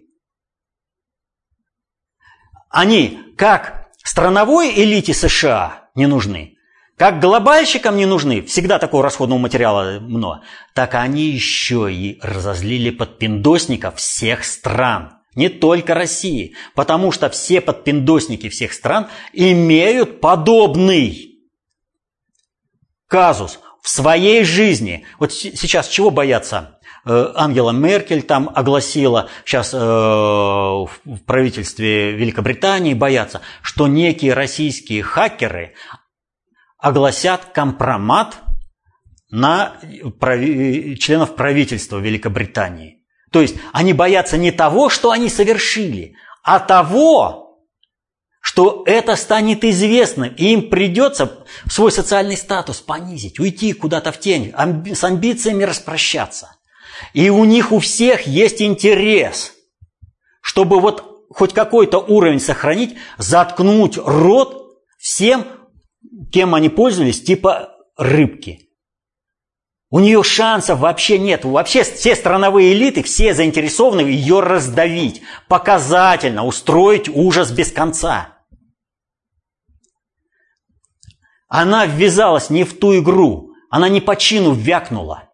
Они как страновой элите США не нужны, как глобальщикам не нужны, всегда такого расходного материала много, так они еще и разозлили подпиндосников всех стран. Не только России, потому что все подпиндосники всех стран имеют подобный казус в своей жизни. Вот сейчас чего боятся? Ангела Меркель там огласила, сейчас в правительстве Великобритании боятся, что некие российские хакеры огласят компромат на членов правительства Великобритании. То есть они боятся не того, что они совершили, а того, что это станет известным, и им придется свой социальный статус понизить, уйти куда-то в тень, с амбициями распрощаться. И у них у всех есть интерес, чтобы вот хоть какой-то уровень сохранить, заткнуть рот всем, кем они пользовались, типа рыбки. У нее шансов вообще нет. Вообще все страновые элиты, все заинтересованы ее раздавить, показательно устроить ужас без конца. Она ввязалась не в ту игру, она не по чину вякнула.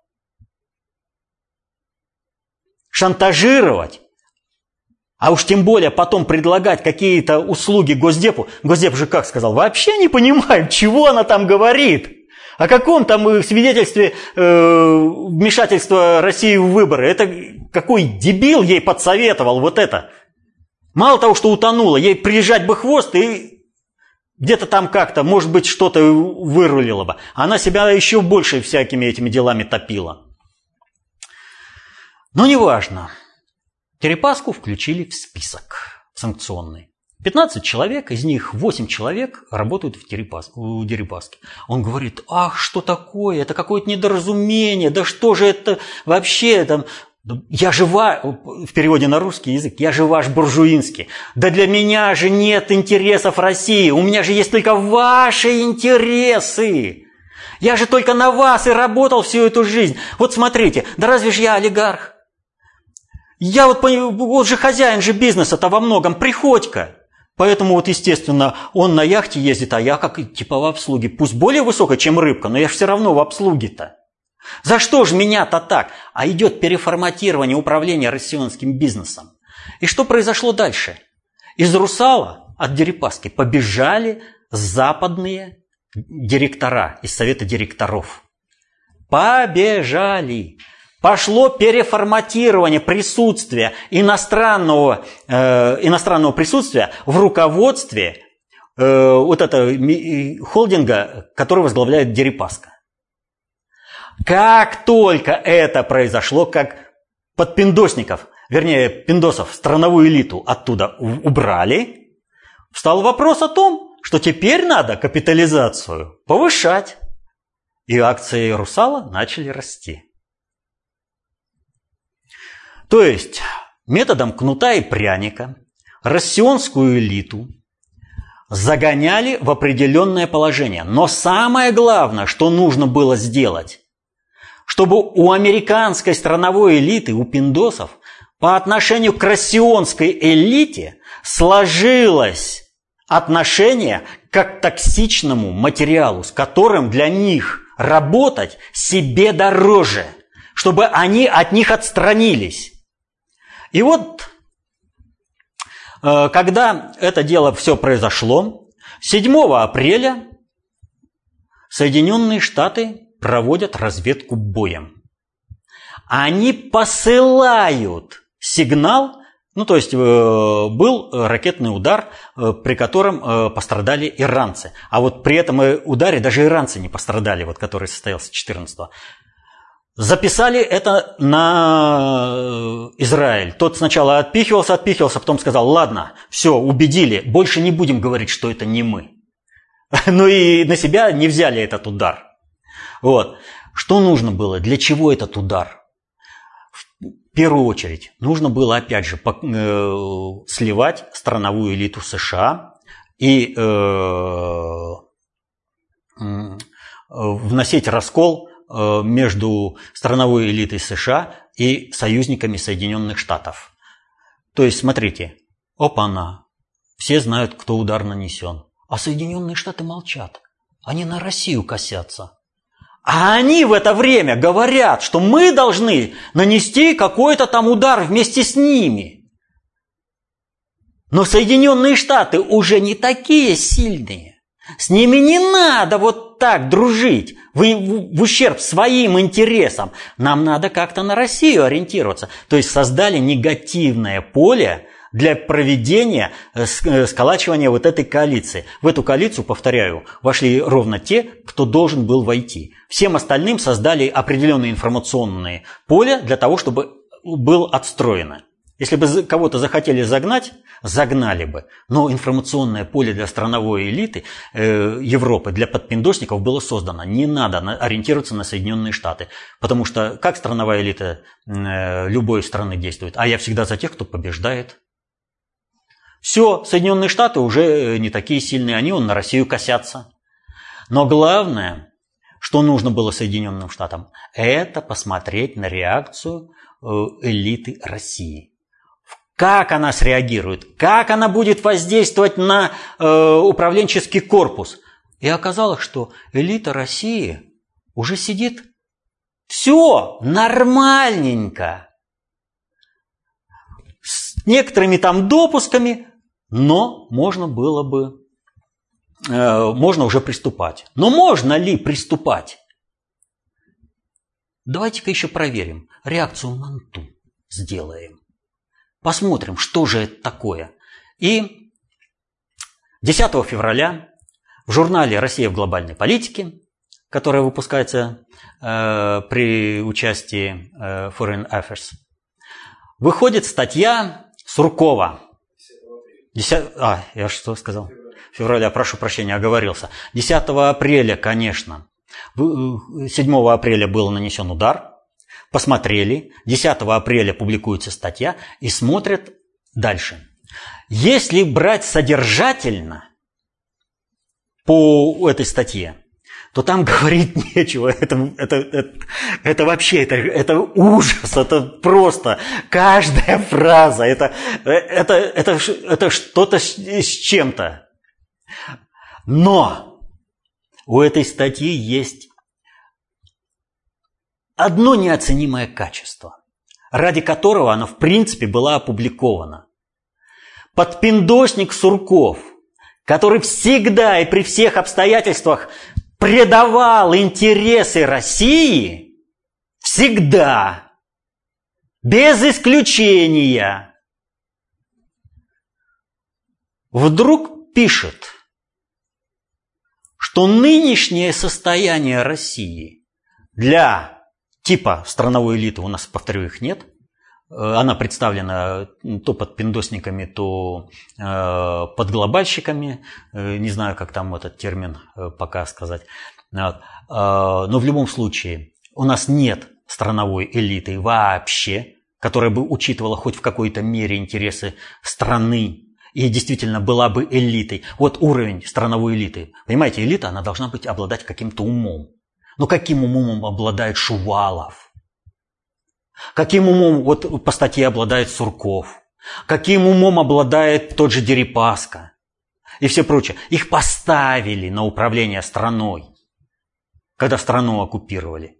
Шантажировать, а уж тем более потом предлагать какие-то услуги Госдепу. Госдеп же как сказал, вообще не понимаем, чего она там говорит. О каком там свидетельстве вмешательства России в выборы? Это какой дебил ей подсоветовал вот это? Мало того, что утонула, ей прижать бы хвост и где-то там как-то, может быть, что-то вырулило бы. Она себя еще больше всякими этими делами топила. Но неважно. Дерипаску включили в список санкционный. 15 человек, из них 8 человек работают у Дерипаски. Он говорит, ах, что такое, это какое-то недоразумение, да что же это вообще, там, я же в переводе на русский язык, я же ваш буржуинский, да для меня же нет интересов России, у меня же есть только ваши интересы. Я же только на вас и работал всю эту жизнь. Вот смотрите, да разве же я олигарх? Я вот же хозяин же бизнеса-то во многом Приходько. Поэтому вот, естественно, он на яхте ездит, а я как типа в обслуге. Пусть более высокая, чем рыбка, но я же все равно в обслуге-то. За что же меня-то так? А идет переформатирование управления россионским бизнесом. И что произошло дальше? Из «Русала» от Дерипаски побежали западные директора из совета директоров. Побежали. Пошло переформатирование присутствия иностранного присутствия в руководстве вот этого холдинга, который возглавляет Дерипаска. Как только это произошло, как подпиндосников, вернее, пиндосов, страновую элиту оттуда убрали, встал вопрос о том, что теперь надо капитализацию повышать. И акции «Русала» начали расти. То есть методом кнута и пряника россионскую элиту загоняли в определенное положение. Но самое главное, что нужно было сделать, чтобы у американской страновой элиты, у пиндосов, по отношению к россионской элите сложилось отношение как к токсичному материалу, с которым для них работать себе дороже, чтобы они от них отстранились. И вот, когда это дело все произошло, 7 апреля Соединенные Штаты проводят разведку боем. Они посылают сигнал, ну то есть был ракетный удар, при котором пострадали иранцы. А вот при этом ударе даже иранцы не пострадали, вот, который состоялся 14-го. Записали это на Израиль. Тот сначала отпихивался, потом сказал: ладно, все, убедили, больше не будем говорить, что это не мы. Ну и на себя не взяли этот удар. Вот. Что нужно было? Для чего этот удар? В первую очередь, нужно было, опять же, сливать страновую элиту США и вносить раскол между страновой элитой США и союзниками Соединенных Штатов. То есть, смотрите, опа-на, все знают, кто удар нанесен, а Соединенные Штаты молчат, они на Россию косятся. А они в это время говорят, что мы должны нанести какой-то там удар вместе с ними. Но Соединенные Штаты уже не такие сильные. С ними не надо вот так дружить в ущерб своим интересам. Нам надо как-то на Россию ориентироваться. То есть создали негативное поле для проведения, сколачивания вот этой коалиции. В эту коалицию, повторяю, вошли ровно те, кто должен был войти. Всем остальным создали определенные информационные поля для того, чтобы было отстроено. Если бы кого-то захотели загнать, загнали бы. Но информационное поле для страновой элиты Европы, для подпиндосников было создано. Не надо ориентироваться на Соединенные Штаты. Потому что как страновая элита любой страны действует? А я всегда за тех, кто побеждает. Все, Соединенные Штаты уже не такие сильные, они на Россию косятся. Но главное, что нужно было Соединенным Штатам, это посмотреть на реакцию элиты России. Как она среагирует, как она будет воздействовать на управленческий корпус. И оказалось, что элита России уже сидит. Все нормальненько. С некоторыми там допусками, но можно уже приступать. Но можно ли приступать? Давайте-ка еще проверим. Реакцию Манту сделаем. Посмотрим, что же это такое. И 10 февраля в журнале «Россия в глобальной политике», который выпускается при участии Foreign Affairs, выходит статья Суркова. Я что сказал? Февраля, прошу прощения, оговорился. 10 апреля, конечно. 7 апреля был нанесен удар. Посмотрели, 10 апреля публикуется статья и смотрят дальше. Если брать содержательно по этой статье, то там говорить нечего. Это вообще, это ужас, это просто каждая фраза, это что-то с чем-то. Но у этой статьи есть одно неоценимое качество, ради которого она в принципе была опубликована. Подпиндосник Сурков, который всегда и при всех обстоятельствах предавал интересы России, всегда, без исключения, вдруг пишет, что нынешнее состояние России для типа страновой элиты, у нас, повторю, их нет. Она представлена то под пиндосниками, то под глобальщиками. Не знаю, как там этот термин пока сказать. Но в любом случае у нас нет страновой элиты вообще, которая бы учитывала хоть в какой-то мере интересы страны. и действительно была бы элитой. Вот уровень страновой элиты. Понимаете, элита, она должна быть обладать каким-то умом. Но каким умом обладает Шувалов? Каким умом, вот по статье, обладает Сурков? Каким умом обладает тот же Дерипаска? И все прочее. Их поставили на управление страной, когда страну оккупировали.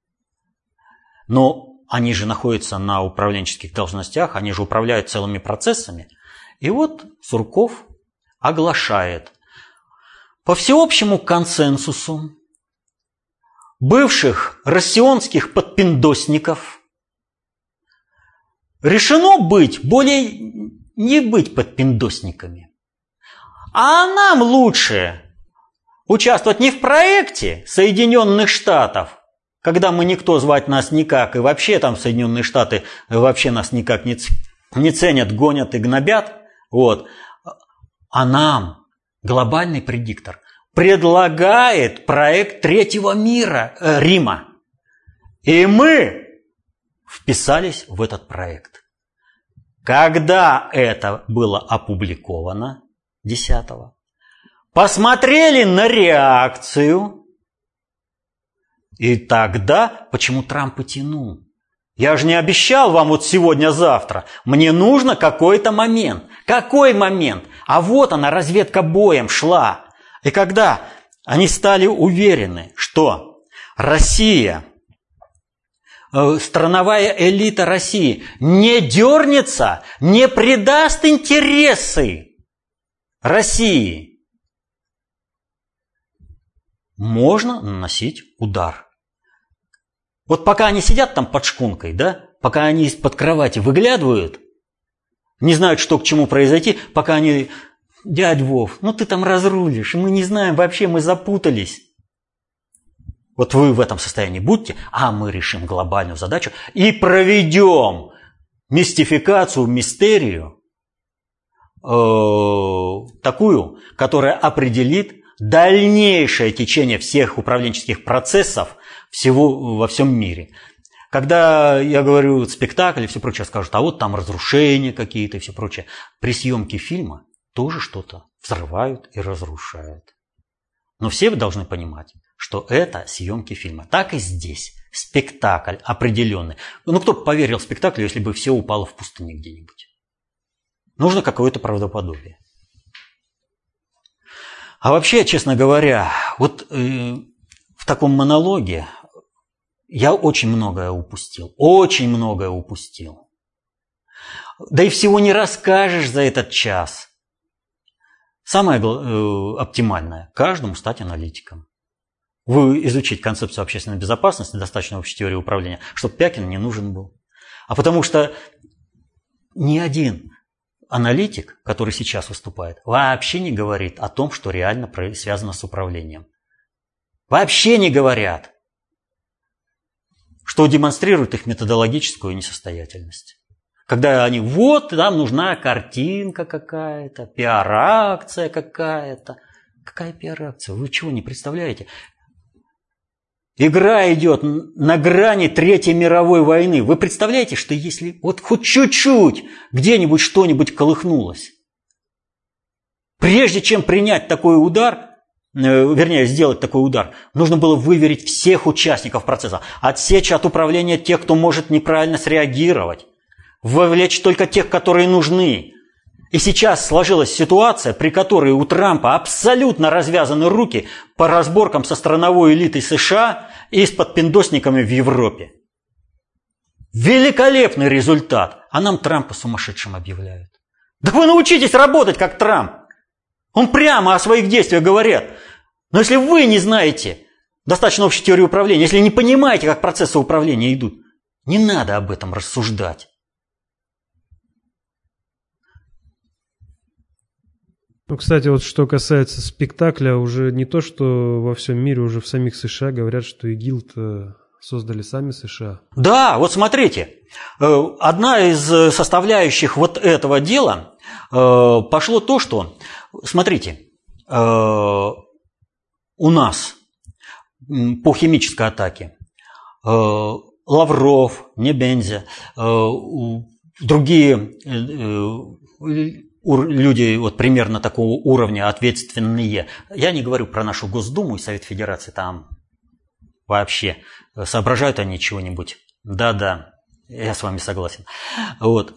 Но они же находятся на управленческих должностях, они же управляют целыми процессами. И вот Сурков оглашает по всеобщему консенсусу бывших россионских подпиндосников решено более не быть подпиндосниками. А нам лучше участвовать не в проекте Соединенных Штатов, когда мы никто, звать нас никак, и вообще там Соединенные Штаты вообще нас никак не ценят, гонят и гнобят. Вот. А нам глобальный предиктор предлагает проект Третьего мира, Рима. И мы вписались в этот проект. Когда это было опубликовано, 10-го, посмотрели на реакцию, и тогда, почему Трамп и тянул? Я же не обещал вам вот сегодня-завтра. Мне нужно какой-то момент. Какой момент? А вот она, разведка боем шла. И когда они стали уверены, что Россия, страновая элита России не дернется, не предаст интересы России, можно наносить удар. Вот пока они сидят там под шкункой, да, пока они из-под кровати выглядывают, не знают, что к чему произойти, пока они: дядь Вов, ну ты там разрулишь, мы не знаем вообще, мы запутались. Вот вы в этом состоянии будьте, а мы решим глобальную задачу и проведем мистификацию, мистерию, такую, которая определит дальнейшее течение всех управленческих процессов во всем мире. Когда я говорю спектакль и все прочее, скажут: а вот там разрушения какие-то и все прочее. При съемке фильма тоже что-то взрывают и разрушают. Но все вы должны понимать, что это съемки фильма. Так и здесь. Спектакль определенный. Ну, кто бы поверил в спектакль, если бы все упало в пустыне где-нибудь? Нужно какое-то правдоподобие. А вообще, честно говоря, вот в таком монологе я очень многое упустил. Очень многое упустил. Да и всего не расскажешь за этот час. Самое оптимальное – каждому стать аналитиком. Вы изучить концепцию общественной безопасности, достаточно общей теории управления, чтобы Пякин не нужен был. А потому что ни один аналитик, который сейчас выступает, вообще не говорит о том, что реально связано с управлением. Вообще не говорят. Что демонстрирует их методологическую несостоятельность. Когда они: вот, нам нужна картинка какая-то, пиар-акция какая-то. Какая пиар-акция? Вы чего не представляете? Игра идет на грани Третьей мировой войны. Вы представляете, что если вот хоть чуть-чуть где-нибудь что-нибудь колыхнулось, прежде чем принять такой удар, вернее, сделать такой удар, нужно было выверить всех участников процесса, отсечь от управления тех, кто может неправильно среагировать, вовлечь только тех, которые нужны. И сейчас сложилась ситуация, при которой у Трампа абсолютно развязаны руки по разборкам со страновой элитой США и с подпиндосниками в Европе. Великолепный результат. А нам Трампа сумасшедшим объявляют. Да вы научитесь работать как Трамп. Он прямо о своих действиях говорит. Но если вы не знаете достаточно общей теории управления, если не понимаете, как процессы управления идут, не надо об этом рассуждать. Ну, кстати, вот что касается спектакля, уже не то, что во всем мире, уже в самих США говорят, что ИГИЛ-то создали сами США. Да, вот смотрите, одна из составляющих вот этого дела пошло то, что, смотрите, у нас по химической атаке Лавров, Небензя, другие люди вот примерно такого уровня ответственные. Я не говорю про нашу Госдуму и Совет Федерации, там вообще соображают они чего-нибудь. Да-да, я с вами согласен. Вот.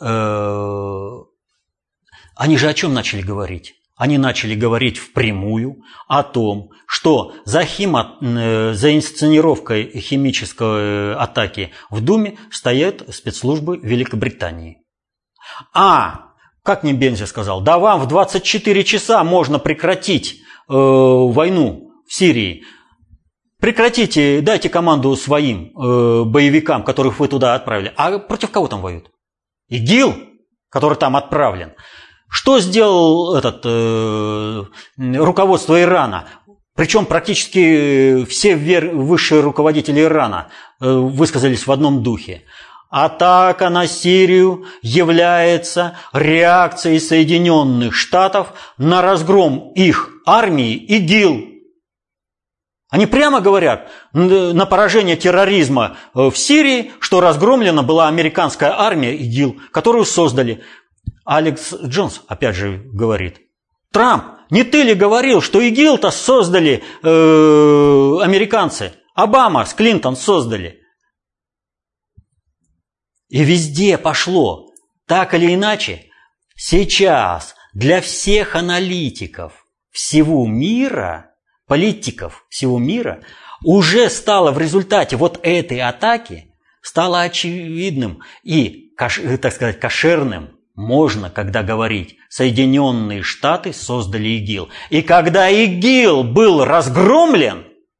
Они же о чем начали говорить? Они начали говорить впрямую о том, что за инсценировкой химической атаки в Думе стоят спецслужбы Великобритании. Как Небензя сказал, да вам в 24 часа можно прекратить войну в Сирии. Прекратите, дайте команду своим боевикам, которых вы туда отправили. А против кого там воюют? ИГИЛ, который там отправлен. Что сделал руководство Ирана? Причем практически все высшие руководители Ирана высказались в одном духе. Атака на Сирию является реакцией Соединенных Штатов на разгром их армии ИГИЛ. Они прямо говорят на поражение терроризма в Сирии, что разгромлена была американская армия ИГИЛ, которую создали. Алекс Джонс опять же говорит: Трамп, не ты ли говорил, что ИГИЛ-то создали американцы? Обама с Клинтон создали. И везде пошло. Так или иначе, сейчас для всех аналитиков всего мира, политиков всего мира, уже стало в результате вот этой атаки, стало очевидным и, так сказать, кошерным, можно, когда говорить, Соединенные Штаты создали ИГИЛ. И когда ИГИЛ был разгромлен,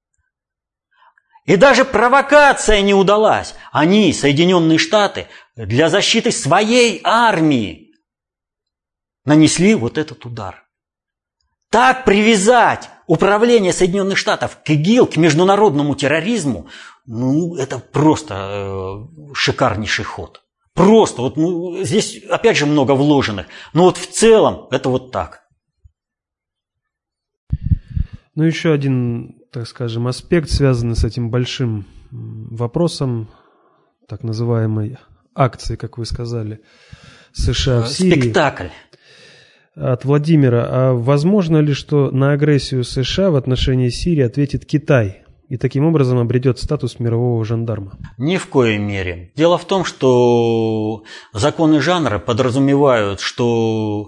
и даже провокация не удалась, они, Соединенные Штаты, для защиты своей армии нанесли вот этот удар. Так привязать управление Соединенных Штатов к ИГИЛ, к международному терроризму, это просто шикарнейший ход. Просто, здесь опять же много вложенных, но вот в целом это вот так. Еще один, так скажем, аспект, связанный с этим большим вопросом, так называемой акции, как вы сказали, США в Сирии. Спектакль. От Владимира. А возможно ли, что на агрессию США в отношении Сирии ответит Китай и таким образом обретет статус мирового жандарма? Ни в коей мере. Дело в том, что законы жанра подразумевают, что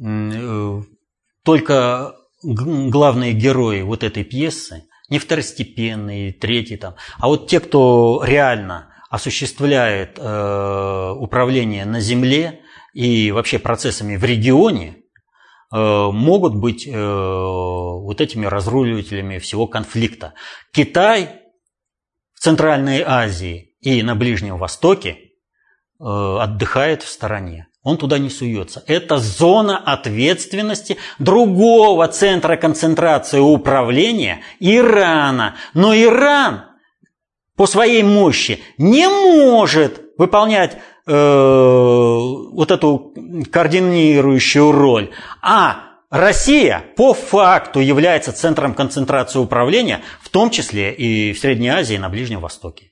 только главные герои вот этой пьесы, не второстепенные, третьи там, а вот те, кто реально осуществляет управление на земле и вообще процессами в регионе, могут быть вот этими разруливателями всего конфликта. Китай в Центральной Азии и на Ближнем Востоке отдыхает в стороне. Он туда не суется. Это зона ответственности другого центра концентрации управления Ирана. Но Иран по своей мощи не может выполнять вот эту координирующую роль. А Россия по факту является центром концентрации управления, в том числе и в Средней Азии, и на Ближнем Востоке.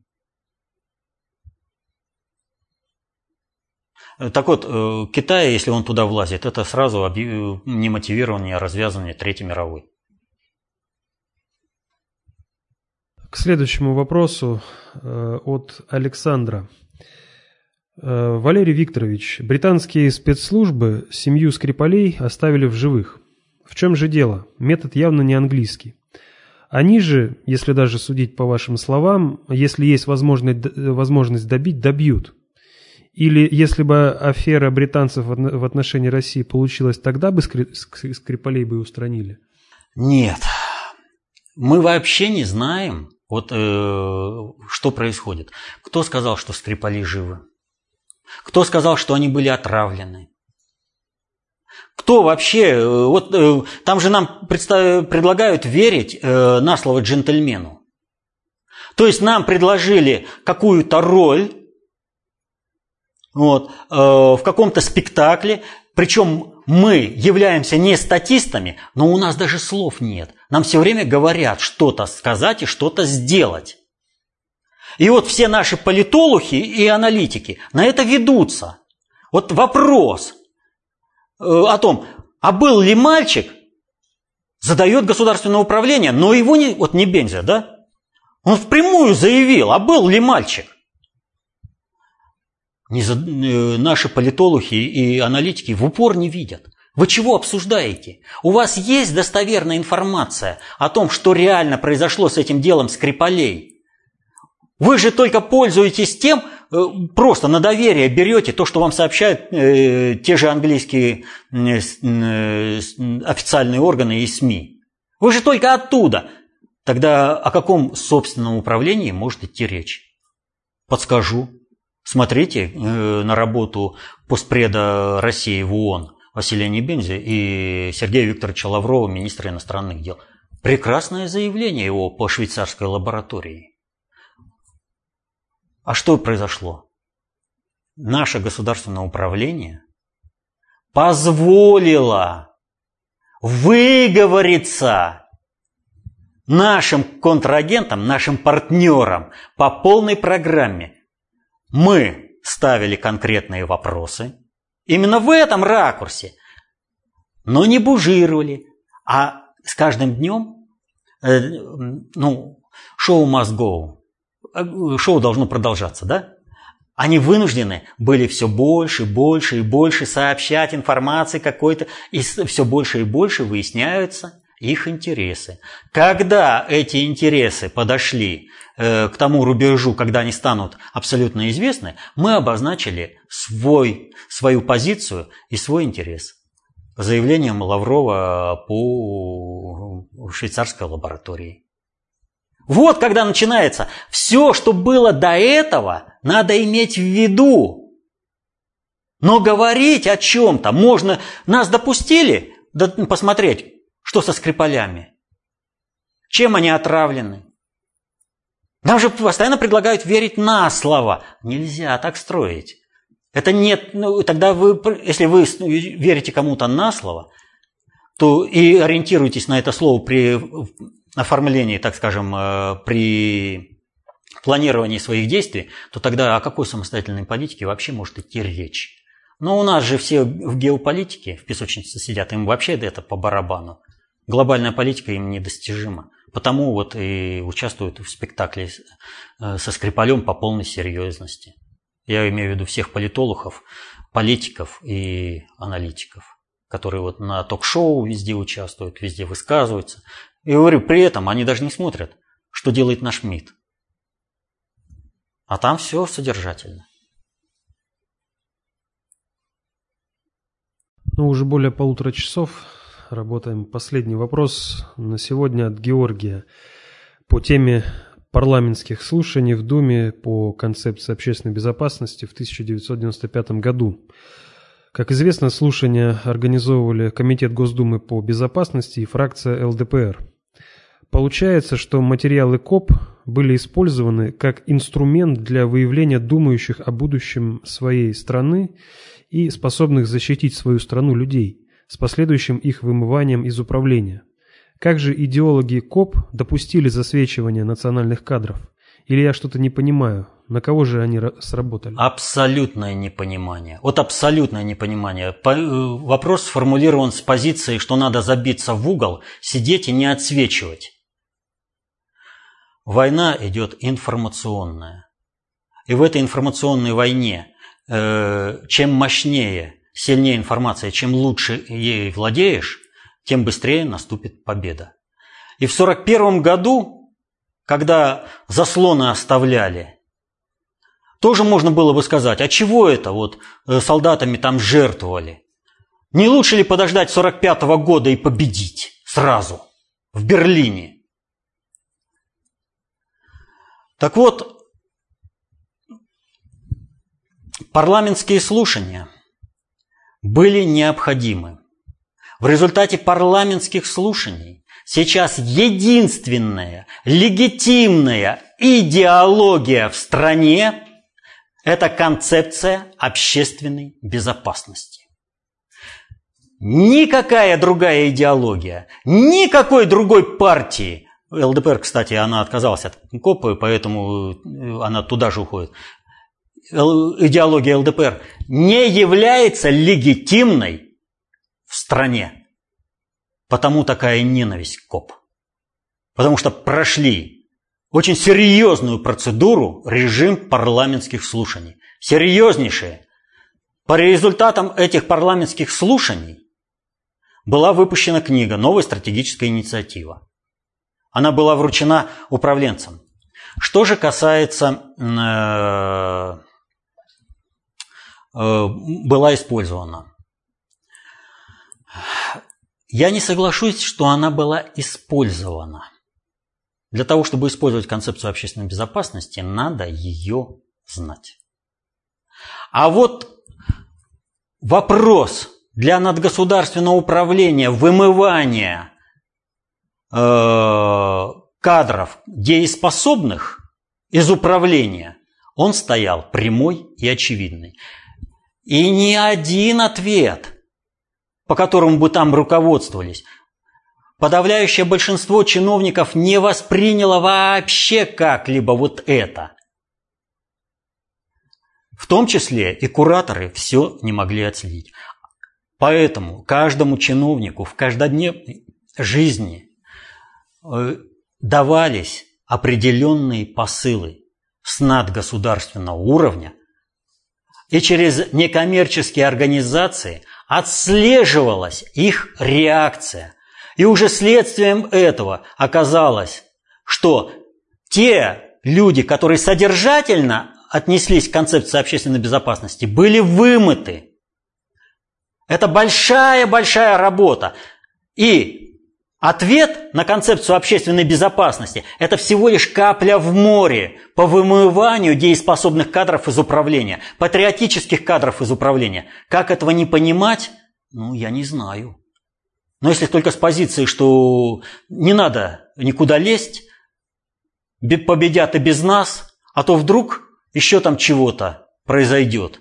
Так вот, Китай, если он туда влазит, это сразу немотивирование развязывания Третьей мировой. К следующему вопросу от Александра. Валерий Викторович, британские спецслужбы семью Скрипалей оставили в живых. В чем же дело? Метод явно не английский. Они же, если даже судить по вашим словам, если есть возможность добить, добьют. Или если бы афера британцев в отношении России получилась, тогда бы Скрипалей бы устранили? Нет. Мы вообще не знаем, что происходит. Кто сказал, что Скрипали живы? Кто сказал, что они были отравлены? Кто вообще... там же нам предлагают верить на слово джентльмену. То есть нам предложили какую-то роль в каком-то спектакле, причем мы являемся не статистами, но у нас даже слов нет. Нам все время говорят что-то сказать и что-то сделать. И вот все наши политологи и аналитики на это ведутся. Вот вопрос. о том, а был ли мальчик, задает государственное управление, но его не Бензя, да? Он впрямую заявил, а был ли мальчик? Наши политологи и аналитики в упор не видят. Вы чего обсуждаете? У вас есть достоверная информация о том, что реально произошло с этим делом Скрипалей? Вы же только пользуетесь тем, просто на доверие берете то, что вам сообщают те же английские официальные органы и СМИ. Вы же только оттуда. Тогда о каком собственном управлении может идти речь? Подскажу. Смотрите на работу постпреда России в ООН Василия Небензи и Сергея Викторовича Лаврова, министра иностранных дел. Прекрасное заявление его по швейцарской лаборатории. А что произошло? Наше государственное управление позволило выговориться нашим контрагентам, нашим партнерам по полной программе. Мы ставили конкретные вопросы именно в этом ракурсе, но не бужировали. А с каждым днем, шоу must go, шоу должно продолжаться, да? Они вынуждены были все больше, больше и больше сообщать информации какой-то, и все больше и больше выясняются их интересы. Когда эти интересы подошли к тому рубежу, когда они станут абсолютно известны, мы обозначили свою позицию и свой интерес. Заявлением Лаврова по швейцарской лаборатории. Вот когда начинается. Все, что было до этого, надо иметь в виду. Но говорить о чем-то можно. Нас допустили посмотреть, что со Скрипалями. Чем они отравлены. Нам же постоянно предлагают верить на слово. Нельзя так строить. Это нет. Тогда если вы верите кому-то на слово, то и ориентируетесь на это слово при оформлении, так скажем, при планировании своих действий, то тогда о какой самостоятельной политике вообще может идти речь? Но у нас же все в геополитике, в песочнице сидят, им вообще это по барабану. Глобальная политика им недостижима. Потому вот и участвуют в спектакле со Скрипалем по полной серьезности. Я имею в виду всех политологов, политиков и аналитиков, которые вот на ток-шоу везде участвуют, везде высказываются. И говорю, при этом они даже не смотрят, что делает наш МИД. А там все содержательно. Уже более 1,5 часа работаем. Последний вопрос на сегодня от Георгия по теме парламентских слушаний в Думе по концепции общественной безопасности в 1995 году. Как известно, слушания организовывали Комитет Госдумы по безопасности и фракция ЛДПР. Получается, что материалы КОП были использованы как инструмент для выявления думающих о будущем своей страны и способных защитить свою страну людей, с последующим их вымыванием из управления. Как же идеологи КОП допустили засвечивание национальных кадров? Или я что-то не понимаю? На кого же они сработали? Абсолютное непонимание. Вот абсолютное непонимание. Вопрос сформулирован с позиции, что надо забиться в угол, сидеть и не отсвечивать. Война идет информационная. И в этой информационной войне, чем мощнее, сильнее информация, чем лучше ей владеешь, тем быстрее наступит победа. И в 1941 году, когда заслоны оставляли, тоже можно было бы сказать, а чего это вот солдатами там жертвовали? Не лучше ли подождать 1945 года и победить сразу в Берлине? Так вот, парламентские слушания были необходимы. В результате парламентских слушаний сейчас единственная легитимная идеология в стране – это концепция общественной безопасности. Никакая другая идеология, никакой другой партии, ЛДПР, кстати, она отказалась от КОПа, поэтому она туда же уходит, идеология ЛДПР не является легитимной в стране. Потому такая ненависть к КОП. Потому что прошли очень серьезную процедуру режим парламентских слушаний. Серьезнейшие. По результатам этих парламентских слушаний была выпущена книга «Новая стратегическая инициатива». Она была вручена управленцам. Что же касается, была использована. Я не соглашусь, что она была использована. Для того, чтобы использовать концепцию общественной безопасности, надо ее знать. А вот вопрос для надгосударственного управления, вымывания кадров дееспособных из управления, он стоял прямой и очевидный. И ни один ответ, по которому бы там руководствовались, подавляющее большинство чиновников не восприняло вообще как-либо вот это. В том числе и кураторы все не могли отследить. Поэтому каждому чиновнику в каждодневной жизни давались определенные посылы с надгосударственного уровня, и через некоммерческие организации отслеживалась их реакция. И уже следствием этого оказалось, что те люди, которые содержательно отнеслись к концепции общественной безопасности, были вымыты. Это большая-большая работа. И ответ на концепцию общественной безопасности – это всего лишь капля в море по вымыванию дееспособных кадров из управления, патриотических кадров из управления. Как этого не понимать? Я не знаю. Но если только с позиции, что не надо никуда лезть, победят и без нас, а то вдруг еще там чего-то произойдет.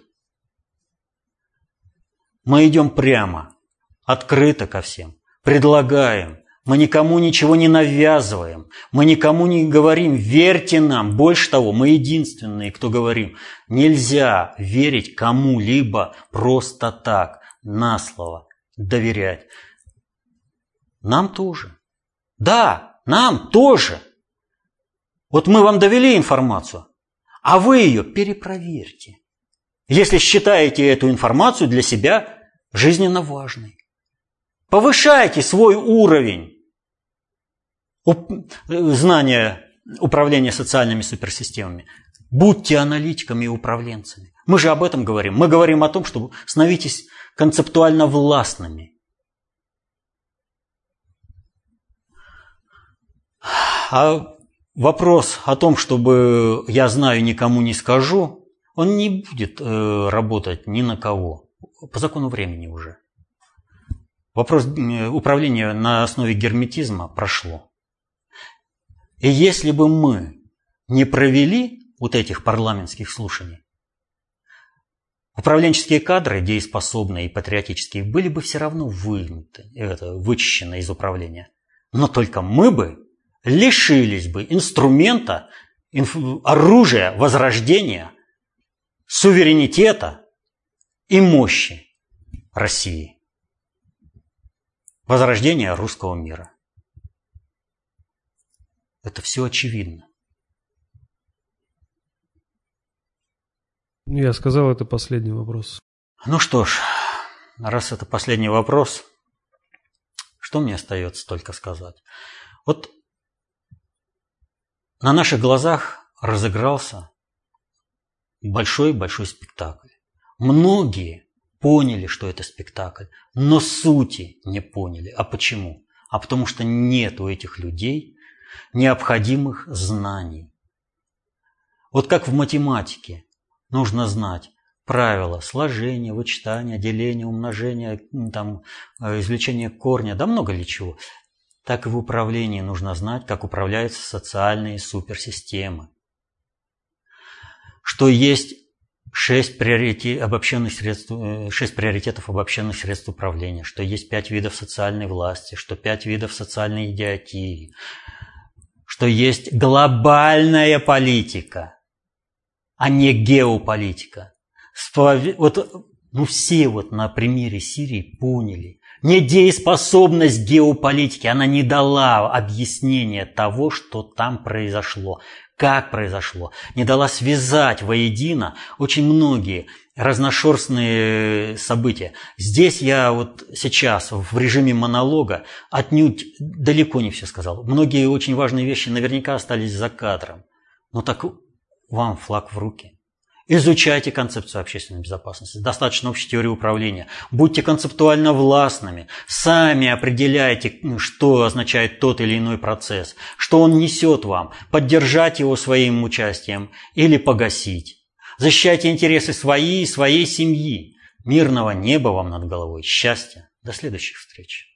Мы идем прямо, открыто ко всем, предлагаем. Мы никому ничего не навязываем, мы никому не говорим «верьте нам». Больше того, мы единственные, кто говорим, нельзя верить кому-либо просто так, на слово, доверять. Нам тоже. Да, нам тоже. Вот мы вам довели информацию, а вы ее перепроверьте, если считаете эту информацию для себя жизненно важной. Повышайте свой уровень знания управления социальными суперсистемами. Будьте аналитиками и управленцами. Мы же об этом говорим. Мы говорим о том, что становитесь концептуально властными. А вопрос о том, чтобы я знаю, никому не скажу, он не будет работать ни на кого. По закону времени уже. Вопрос управления на основе герметизма прошло. И если бы мы не провели вот этих парламентских слушаний, управленческие кадры, дееспособные и патриотические, были бы все равно вычищены из управления. Но только мы бы лишились бы инструмента, оружия возрождения, суверенитета и мощи России. Возрождения русского мира. Это все очевидно. Я сказал, это последний вопрос. Ну что ж, раз это последний вопрос, что мне остается только сказать? Вот на наших глазах разыгрался большой-большой спектакль. Многие поняли, что это спектакль, но сути не поняли. А почему? А потому что нет у этих людей необходимых знаний. Вот как в математике нужно знать правила сложения, вычитания, деления, умножения, извлечения корня, да много ли чего. Так и в управлении нужно знать, как управляются социальные суперсистемы. Что есть 6 приоритетов обобщенных средств управления, что есть 5 видов социальной власти, что 5 видов социальной идиотии, что есть глобальная политика, а не геополитика. Все на примере Сирии поняли, Недееспособность геополитики, она не дала объяснения того, что там произошло, как произошло, не дала связать воедино очень многие разношерстные события. Здесь я вот сейчас в режиме монолога отнюдь далеко не все сказал. Многие очень важные вещи наверняка остались за кадром. Но так вам флаг в руки. Изучайте концепцию общественной безопасности, достаточно общей теории управления. Будьте концептуально властными, сами определяйте, что означает тот или иной процесс, что он несет вам, поддержать его своим участием или погасить. Защищайте интересы своей и своей семьи. Мирного неба вам над головой, счастья. До следующих встреч.